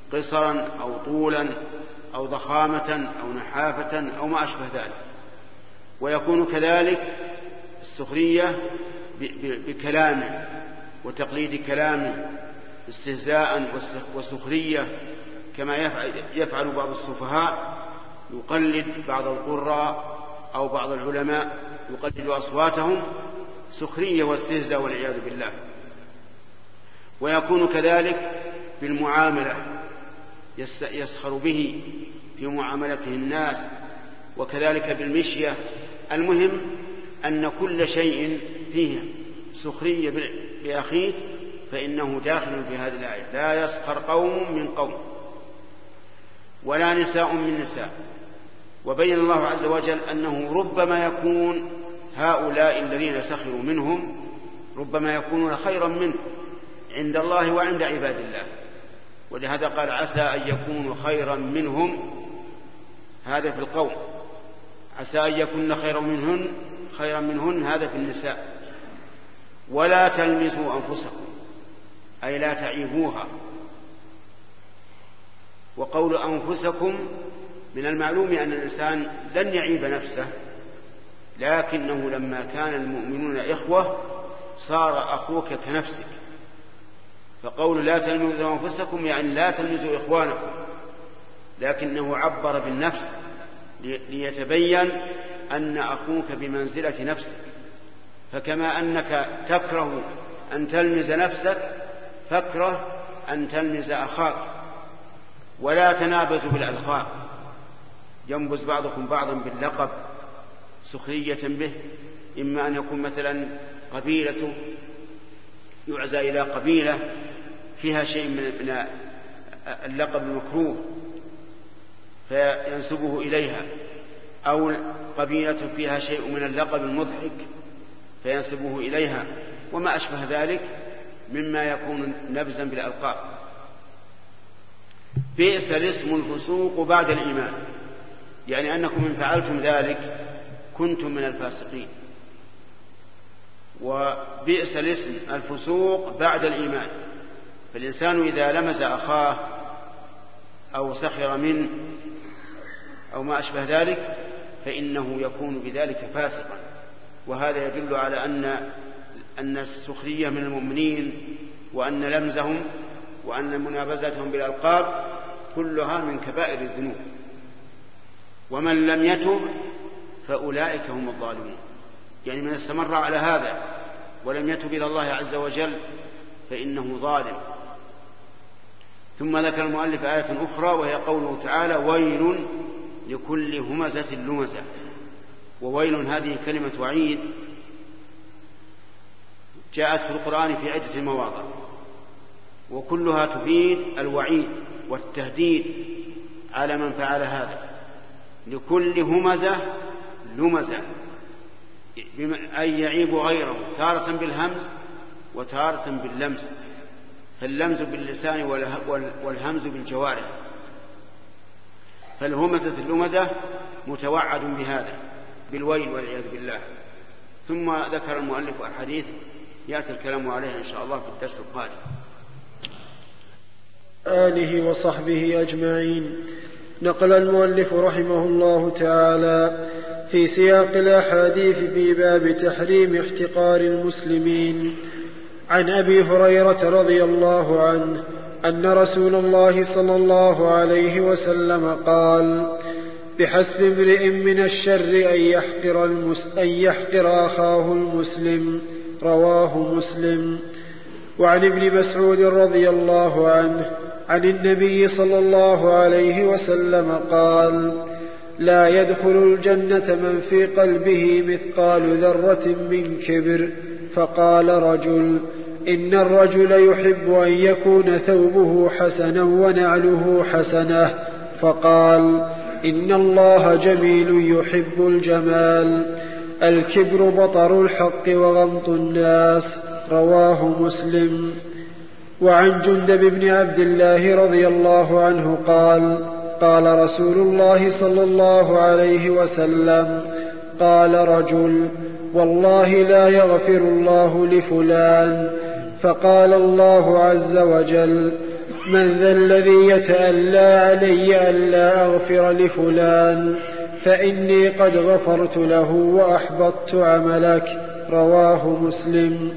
قصرا أو طولا أو ضخامة أو نحافة أو ما أشبه ذلك. ويكون كذلك السخرية بكلامه وتقليد كلامه استهزاء وسخرية، كما يفعل بعض السفهاء، يقلد بعض القراء أو بعض العلماء يقلد أصواتهم سخرية واستهزاء والعياذ بالله. ويكون كذلك بالمعاملة، يسخر به في معاملته الناس، وكذلك بالمشية. المهم أن كل شيء فيه سخرية بأخيه فإنه داخل في هذه الآية. لا يسخر قوم من قوم ولا نساء من نساء. وبين الله عز وجل أنه ربما يكون هؤلاء الذين سخروا منهم ربما يكونون خيرا منه عند الله وعند عباد الله، ولهذا قال عسى أن يكونوا خيرا منهم، هذا في القوم، عسى أن يكون خيرا منهن هذا في النساء. ولا تلمزوا أنفسكم أي لا تعيبوها. وقول أنفسكم من المعلوم أن الإنسان لن يعيب نفسه، لكنه لما كان المؤمنون إخوة صار أخوك كنفسك. فقول لا تلمزوا أنفسكم يعني لا تلمزوا إخوانكم، لكنه عبر بالنفس ليتبين أن أخوك بمنزلة نفسك. فكما أنك تكره أن تلمز نفسك فاكره أن تلمز أخاك. ولا تنابزوا بالألقاب، ينبز بعضكم بعضا باللقب سخرية به، إما أن يكون مثلا قبيلة يعزى إلى قبيلة فيها شيء من اللقب المكروه فينسبه إليها، أو قبيلة فيها شيء من اللقب المضحك فينسبه إليها، وما أشبه ذلك مما يكون نبزا بالألقاب. بئس الاسم الفسوق بعد الإيمان، يعني أنكم إن فعلتم ذلك كنتم من الفاسقين. وبئس الاسم الفسوق بعد الإيمان، فالإنسان إذا لمز أخاه أو سخر منه أو ما أشبه ذلك فإنه يكون بذلك فاسقا. وهذا يدل على أن السخرية من المؤمنين وأن لمزهم وأن منابزتهم بالألقاب كلها من كبائر الذنوب. ومن لم يتب فأولئك هم الظالمون، يعني من استمر على هذا ولم يتب إلى الله عز وجل فإنه ظالم. ثم ذكر المؤلف آية أخرى وهي قوله تعالى ويل لكل همزة لمزة. وويل هذه كلمة وعيد جاءت في القرآن في عدة مواضع، وكلها تفيد الوعيد والتهديد على من فعل هذا. لكل همزة لمزة أي يعيب غيره، تارة بالهمز وتارة باللمز، فاللمز باللسان والهمز بالجوارح. فالهمزة اللمزة متوعد بهذا بالويل والعياذ بالله. ثم ذكر المؤلف أحاديث يأتي الكلام عليها إن شاء الله في الدرس القادم. آله وصحبه أجمعين. نقل المؤلف رحمه الله تعالى في سياق الأحاديث في باب تحريم احتقار المسلمين عن أبي هريرة رضي الله عنه أن رسول الله صلى الله عليه وسلم قال بحسب امرئ من الشر أن يحقر أخاه المسلم. رواه مسلم. وعن ابن مسعود رضي الله عنه عن النبي صلى الله عليه وسلم قال لا يدخل الجنة من في قلبه مثقال ذرة من كبر. فقال رجل إن الرجل يحب أن يكون ثوبه حسنا ونعله حسنة. فقال إن الله جميل يحب الجمال. الكبر بطر الحق وغمط الناس. رواه مسلم. وعن جندب بن عبد الله رضي الله عنه قال قال رسول الله صلى الله عليه وسلم قال رجل والله لا يغفر الله لفلان. فقال الله عز وجل من ذا الذي يتألى علي ألا أغفر لفلان فإني قد غفرت له وأحبطت عملك. رواه مسلم.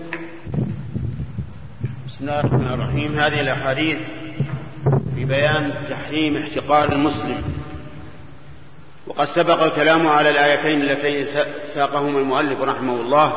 بسم الله الرحمن الرحيم. هذه الأحاديث في بيان تحريم احتقار المسلم، وقد سبق الكلام على الآيتين اللتين ساقهما المؤلف رحمه الله.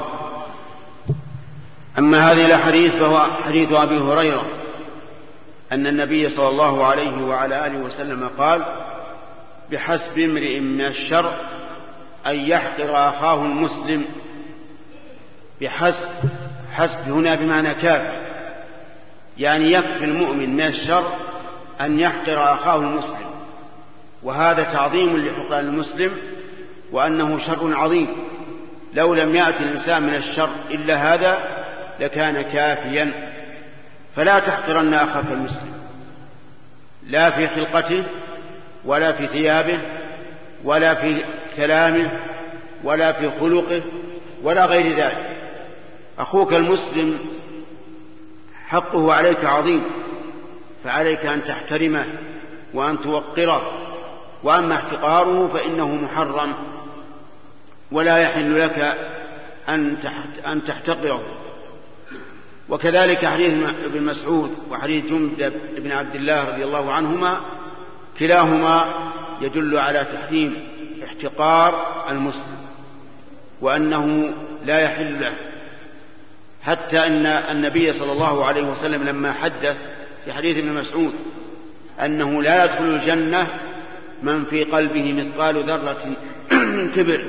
أما هذه الأحاديث فهو حديث أبي هريرة أن النبي صلى الله عليه وعلى آله وسلم قال: بحسب امرئ من الشر أن يحقر أخاه المسلم. بحسب، حسب هنا بمعنى كافي، يعني يكفي المؤمن من الشر أن يحقر أخاه المسلم، وهذا تعظيم لحقران المسلم وأنه شر عظيم. لو لم يأتي الإنسان من الشر إلا هذا لكان كافيا. فلا تحقرن أخاك المسلم، لا في خلقته ولا في ثيابه ولا في كلامه ولا في خلقه ولا غير ذلك. أخوك المسلم حقه عليك عظيم، فعليك أن تحترمه وأن توقره. وأما احتقاره فإنه محرم، ولا يحل لك أن تحتقره. وكذلك حديث ابن مسعود وحديث جندب بن عبد الله رضي الله عنهما كلاهما يدل على تحريم احتقار المسلم، وأنه لا يحل له. حتى أن النبي صلى الله عليه وسلم لما حدث في حديث ابن مسعود أنه لا يدخل الجنة من في قلبه مثقال ذرة من كبر،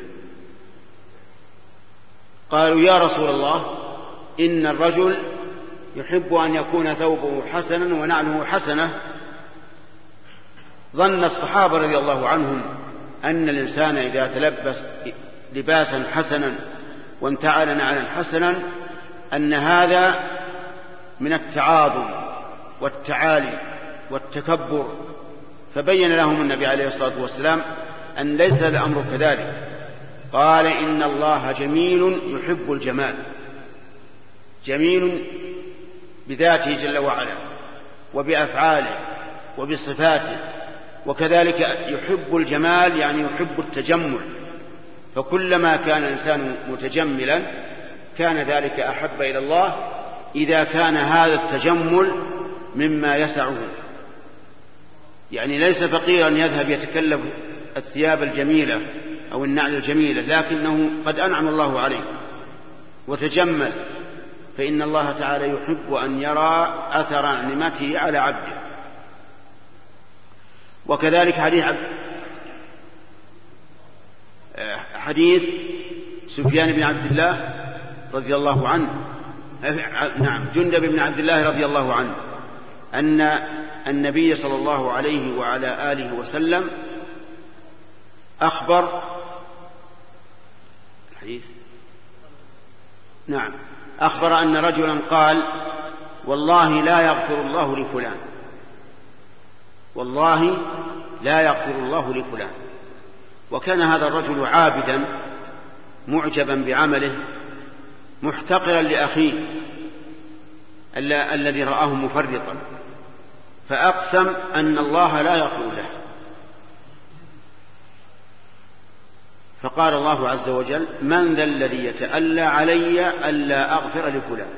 قالوا: يا رسول الله، إن الرجل يحب أن يكون ثوبه حسنا ونعله حسنة. ظن الصحابة رضي الله عنهم أن الإنسان إذا تلبس لباسا حسنا وانتعل نعلا حسنا أن هذا من التعاظم والتعالي والتكبر. فبين لهم النبي عليه الصلاة والسلام أن ليس الأمر كذلك. قال: إن الله جميل يحب الجمال، جميل بذاته جل وعلا وبأفعاله وبصفاته، وكذلك يحب الجمال يعني يحب التجمل. فكلما كان الإنسان متجملا كان ذلك أحب إلى الله، إذا كان هذا التجمل مما يسعه، يعني ليس فقيرا يذهب يتكلف الثياب الجميلة أو النعل الجميلة، لكنه قد أنعم الله عليه وتجمل، فإن الله تعالى يحب أن يرى أثر نعمته على عبده. وكذلك حديث سفيان بن عبد الله رضي الله عنه، جندب بن عبد الله رضي الله عنه، أن النبي صلى الله عليه وعلى آله وسلم أخبر أن رجلا قال: والله لا يغفر الله لفلان، والله لا يغفر الله لفلان. وكان هذا الرجل عابدا معجبا بعمله محتقرا لأخيه الذي رآه مفرطا، فأقسم أن الله لا يغفر له. فقال الله عز وجل: من ذا الذي يتألى علي ألا أغفر لفلان؟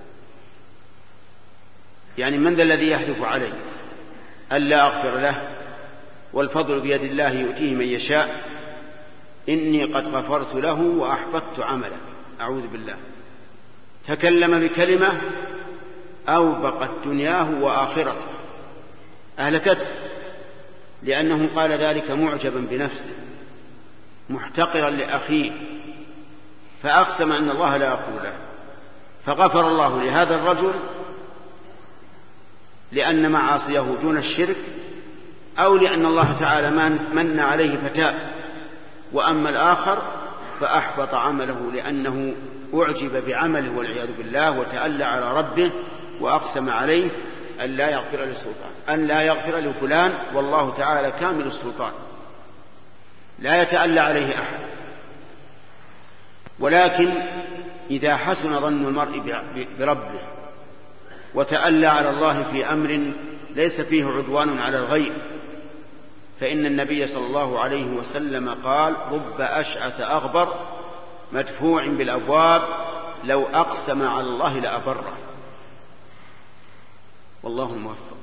يعني من ذا الذي يحلف علي ألا أغفر له؟ والفضل بيد الله يؤتيه من يشاء، إني قد غفرت له وأحبطت عمله. أعوذ بالله. تكلم بكلمة أوبقت دنياه وآخرته، أهلكته، لأنه قال ذلك معجبا بنفسه محتقرا لأخيه، فأقسم أن الله لا يغفر له. فغفر الله لهذا الرجل لأن معاصيه دون الشرك، أو لأن الله تعالى من عليه فتاب. وأما الآخر فأحبط عمله لأنه أعجب بعمله والعياذ بالله، وتألى على ربه وأقسم عليه أن لا يغفر لفلان، والله تعالى كامل السلطان لا يتألى عليه أحد. ولكن إذا حسن ظن المرء بربه وتألى على الله في أمر ليس فيه عدوان على الغير، فإن النبي صلى الله عليه وسلم قال: رب أشعث أغبر مدفوع بالأبواب لو أقسم على الله لأبره. والله الموفق.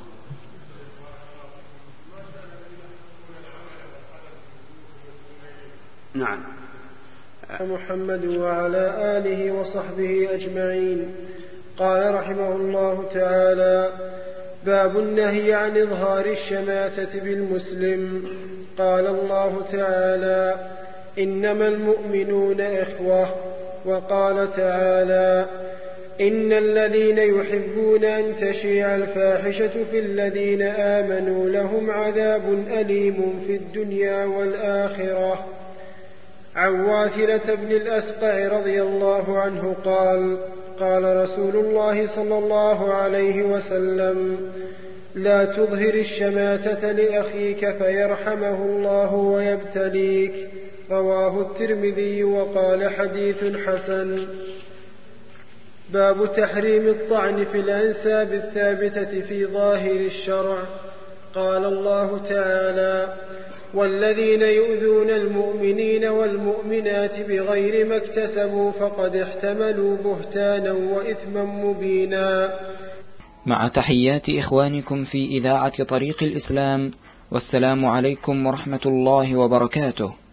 نعم. محمد وعلى آله وصحبه أجمعين. قال رحمه الله تعالى: باب النهي عن إظهار الشماتة بالمسلم. قال الله تعالى: إنما المؤمنون إخوة. وقال تعالى: إن الذين يحبون أن تشيع الفاحشة في الذين آمنوا لهم عذاب أليم في الدنيا والآخرة. عن واثلة بن الأسقع رضي الله عنه قال: قال رسول الله صلى الله عليه وسلم: لا تظهر الشماتة لأخيك فيرحمه الله ويبتليك. رواه الترمذي وقال: حديث حسن. باب تحريم الطعن في الأنساب الثابتة في ظاهر الشرع. قال الله تعالى: والذين يؤذون المؤمنين والمؤمنات بغير ما اكتسبوا فقد احتملوا بهتانا وإثما مبينا. مع تحيات إخوانكم في إذاعة طريق الإسلام، والسلام عليكم ورحمة الله وبركاته.